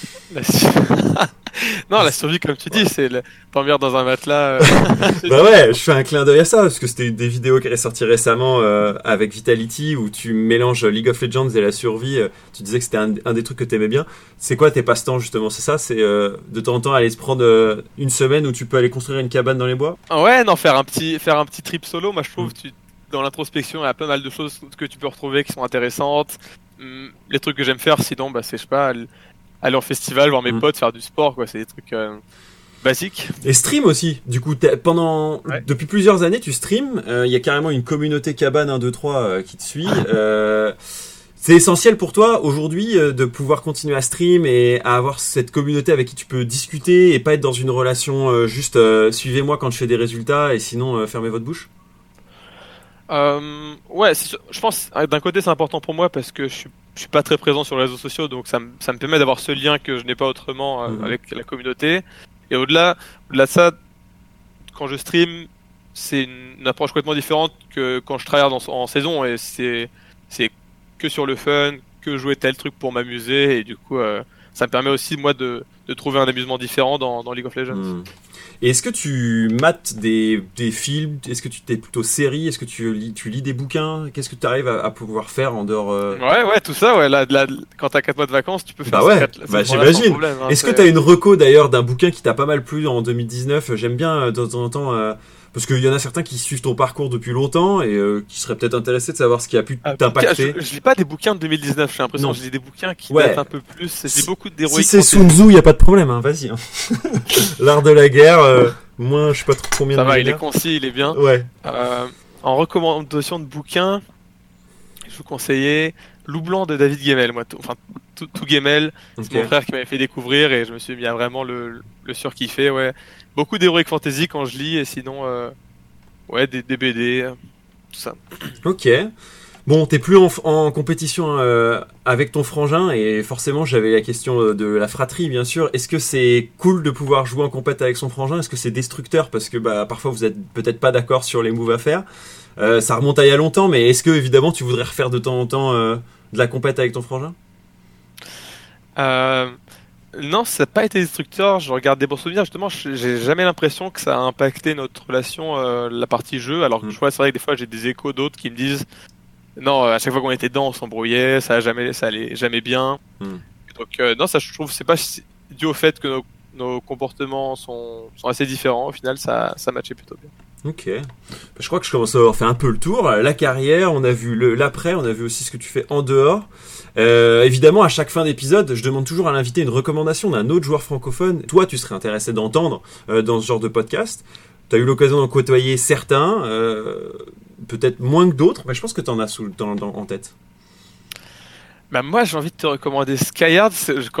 Non, la survie, comme tu dis, c'est dormir dans un matelas. Bah ouais, je fais un clin d'œil à ça, parce que c'était des vidéos qui est sorties récemment avec Vitality, où tu mélanges League of Legends et la survie. Tu disais que c'était un des trucs que t'aimais bien. C'est quoi tes passe-temps, justement? C'est ça? C'est de temps en temps aller se prendre une semaine où tu peux aller construire une cabane dans les bois? Ouais, non, faire un petit trip solo, moi je trouve, dans l'introspection, il y a pas mal de choses que tu peux retrouver qui sont intéressantes. Les trucs que j'aime faire, sinon, bah, c'est, je sais pas, aller en festival, voir mes potes, faire du sport, quoi. C'est des trucs basiques. Et stream aussi. Du coup, depuis plusieurs années, tu stream. Il y a carrément une communauté cabane 1, 2, 3 qui te suit. C'est essentiel pour toi aujourd'hui de pouvoir continuer à stream et à avoir cette communauté avec qui tu peux discuter et pas être dans une relation juste suivez-moi quand je fais des résultats et sinon fermez votre bouche. Ouais, je pense d'un côté c'est important pour moi parce que je suis pas très présent sur les réseaux sociaux, donc ça me permet d'avoir ce lien que je n'ai pas autrement avec la communauté. Et au-delà de ça, quand je stream, c'est une approche complètement différente que quand je travaille en saison, et c'est que sur le fun, que jouer tel truc pour m'amuser, et du coup ça me permet aussi moi de trouver un amusement différent dans League of Legends. Et est-ce que tu mates des films? Est-ce que tu t'es plutôt série? Est-ce que tu lis des bouquins? Qu'est-ce que tu arrives à pouvoir faire en dehors Ouais, tout ça, ouais. Là, quand t'as 4 mois de vacances, tu peux faire ça. Bah j'imagine. Problème, hein, est-ce que t'as une reco d'ailleurs d'un bouquin qui t'a pas mal plu en 2019? J'aime bien de temps en temps parce qu'il y en a certains qui suivent ton parcours depuis longtemps et qui seraient peut-être intéressés de savoir ce qui a pu t'impacter. Je lis pas des bouquins de 2019, j'ai l'impression. Je lis des bouquins qui datent un peu plus. J'ai beaucoup d'héroïques. Si c'est Sun Tzu, y a pas de problème, hein. Vas-y. Hein. L'art de la guerre. Moins, je sais pas trop combien ça de va, il est concis, il est bien. Ouais. En recommandation de bouquins, je vous conseillais Loup Blanc de David Gemmell, moi. Tout Gemmell, c'est mon frère qui m'avait fait découvrir et je me suis mis à vraiment le surkiffer, ouais. Beaucoup d'heroic fantasy quand je lis et sinon, ouais, des BD, tout ça. Ok. Bon, t'es plus en compétition avec ton frangin et forcément j'avais la question de la fratrie bien sûr. Est-ce que c'est cool de pouvoir jouer en compète avec son frangin? Est-ce que c'est destructeur parce que parfois vous êtes peut-être pas d'accord sur les moves à faire? Ça remonte à il y a longtemps, mais est-ce que évidemment tu voudrais refaire de temps en temps de la compète avec ton frangin? Non, ça n'a pas été destructeur. Je regarde des bons souvenirs. Justement, j'ai jamais l'impression que ça a impacté notre relation, la partie jeu. Alors que je vois, c'est vrai que des fois j'ai des échos d'autres qui me disent non, à chaque fois qu'on était dedans, on s'embrouillait, ça allait jamais bien. Donc non, ça je trouve c'est pas dû au fait que nos comportements sont assez différents. Au final, ça matchait plutôt bien. Ok. Je crois que je commence à avoir fait un peu le tour. La carrière, on a vu l'après, on a vu aussi ce que tu fais en dehors. Évidemment, à chaque fin d'épisode, je demande toujours à l'invité une recommandation d'un autre joueur francophone. Toi, tu serais intéressé d'entendre dans ce genre de podcast. Tu as eu l'occasion d'en côtoyer certains, peut-être moins que d'autres, mais je pense que tu en as en tête. Bah moi, j'ai envie de te recommander Skyhard.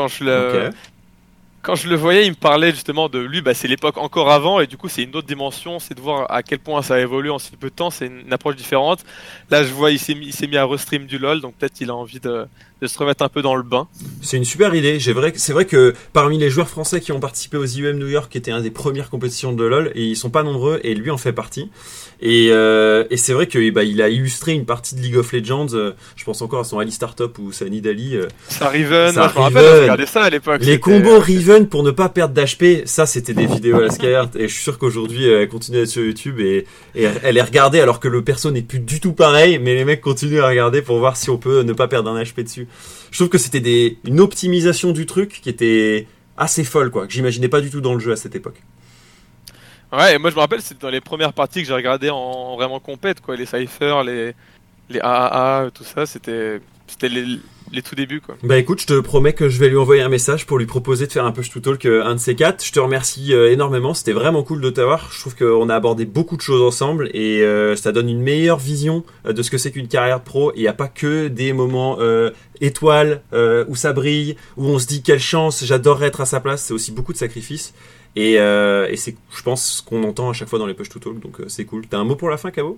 Quand je le voyais, il me parlait justement de lui, c'est l'époque encore avant, et du coup c'est une autre dimension, c'est de voir à quel point ça a évolué en si peu de temps, c'est une approche différente. Là je vois, il s'est mis à restream du LoL, donc peut-être il a envie de se remettre un peu dans le bain. C'est une super idée, c'est vrai que parmi les joueurs français qui ont participé aux IEM New York, qui était une des premières compétitions de LoL, et ils sont pas nombreux, et lui en fait partie. Et c'est vrai que il a illustré une partie de League of Legends, je pense encore à son Alistar Top ou sa Nidalee. Ça Riven, moi je me rappelle, je regardais ça à l'époque. Les combos Riven pour ne pas perdre d'HP, ça c'était des vidéos à la Skyheart, et je suis sûr qu'aujourd'hui elle continue à être sur YouTube et elle est regardée alors que le perso n'est plus du tout pareil, mais les mecs continuent à regarder pour voir si on peut ne pas perdre un HP dessus. Je trouve que c'était une optimisation du truc qui était assez folle, quoi, que j'imaginais pas du tout dans le jeu à cette époque. Ouais, et moi je me rappelle, c'était dans les premières parties que j'ai regardé en vraiment compète, quoi, les Cypher, les AAA, tout ça, c'était les tout débuts, quoi. Bah écoute, je te promets que je vais lui envoyer un message pour lui proposer de faire un Push to Talk, un de ces 4. Je te remercie énormément, c'était vraiment cool de t'avoir. Je trouve qu'on a abordé beaucoup de choses ensemble et ça donne une meilleure vision de ce que c'est qu'une carrière de pro. Il n'y a pas que des moments étoiles où ça brille, où on se dit quelle chance, j'adorerais être à sa place. C'est aussi beaucoup de sacrifices et c'est, je pense, ce qu'on entend à chaque fois dans les Push to Talk, donc c'est cool. T'as un mot pour la fin, Cabo ?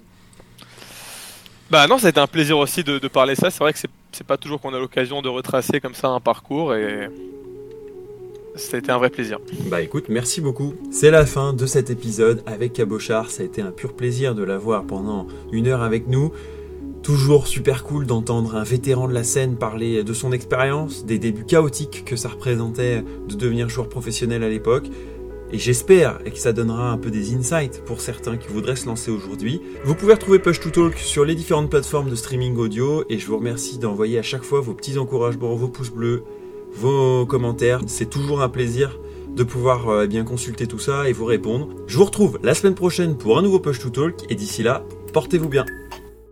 Bah non, ça a été un plaisir aussi de parler ça. C'est vrai que c'est pas toujours qu'on a l'occasion de retracer comme ça un parcours et Ça a été un vrai plaisir. Bah écoute, merci beaucoup. C'est la fin de cet épisode avec Cabochard. Ça a été un pur plaisir de l'avoir pendant 1 heure avec nous. Toujours super cool d'entendre un vétéran de la scène parler de son expérience, des débuts chaotiques que ça représentait de devenir joueur professionnel à l'époque. Et j'espère que ça donnera un peu des insights pour certains qui voudraient se lancer aujourd'hui. Vous pouvez retrouver Push to Talk sur les différentes plateformes de streaming audio et je vous remercie d'envoyer à chaque fois vos petits encouragements, vos pouces bleus, vos commentaires. C'est toujours un plaisir de pouvoir bien consulter tout ça et vous répondre. Je vous retrouve la semaine prochaine pour un nouveau Push to Talk et d'ici là, portez-vous bien.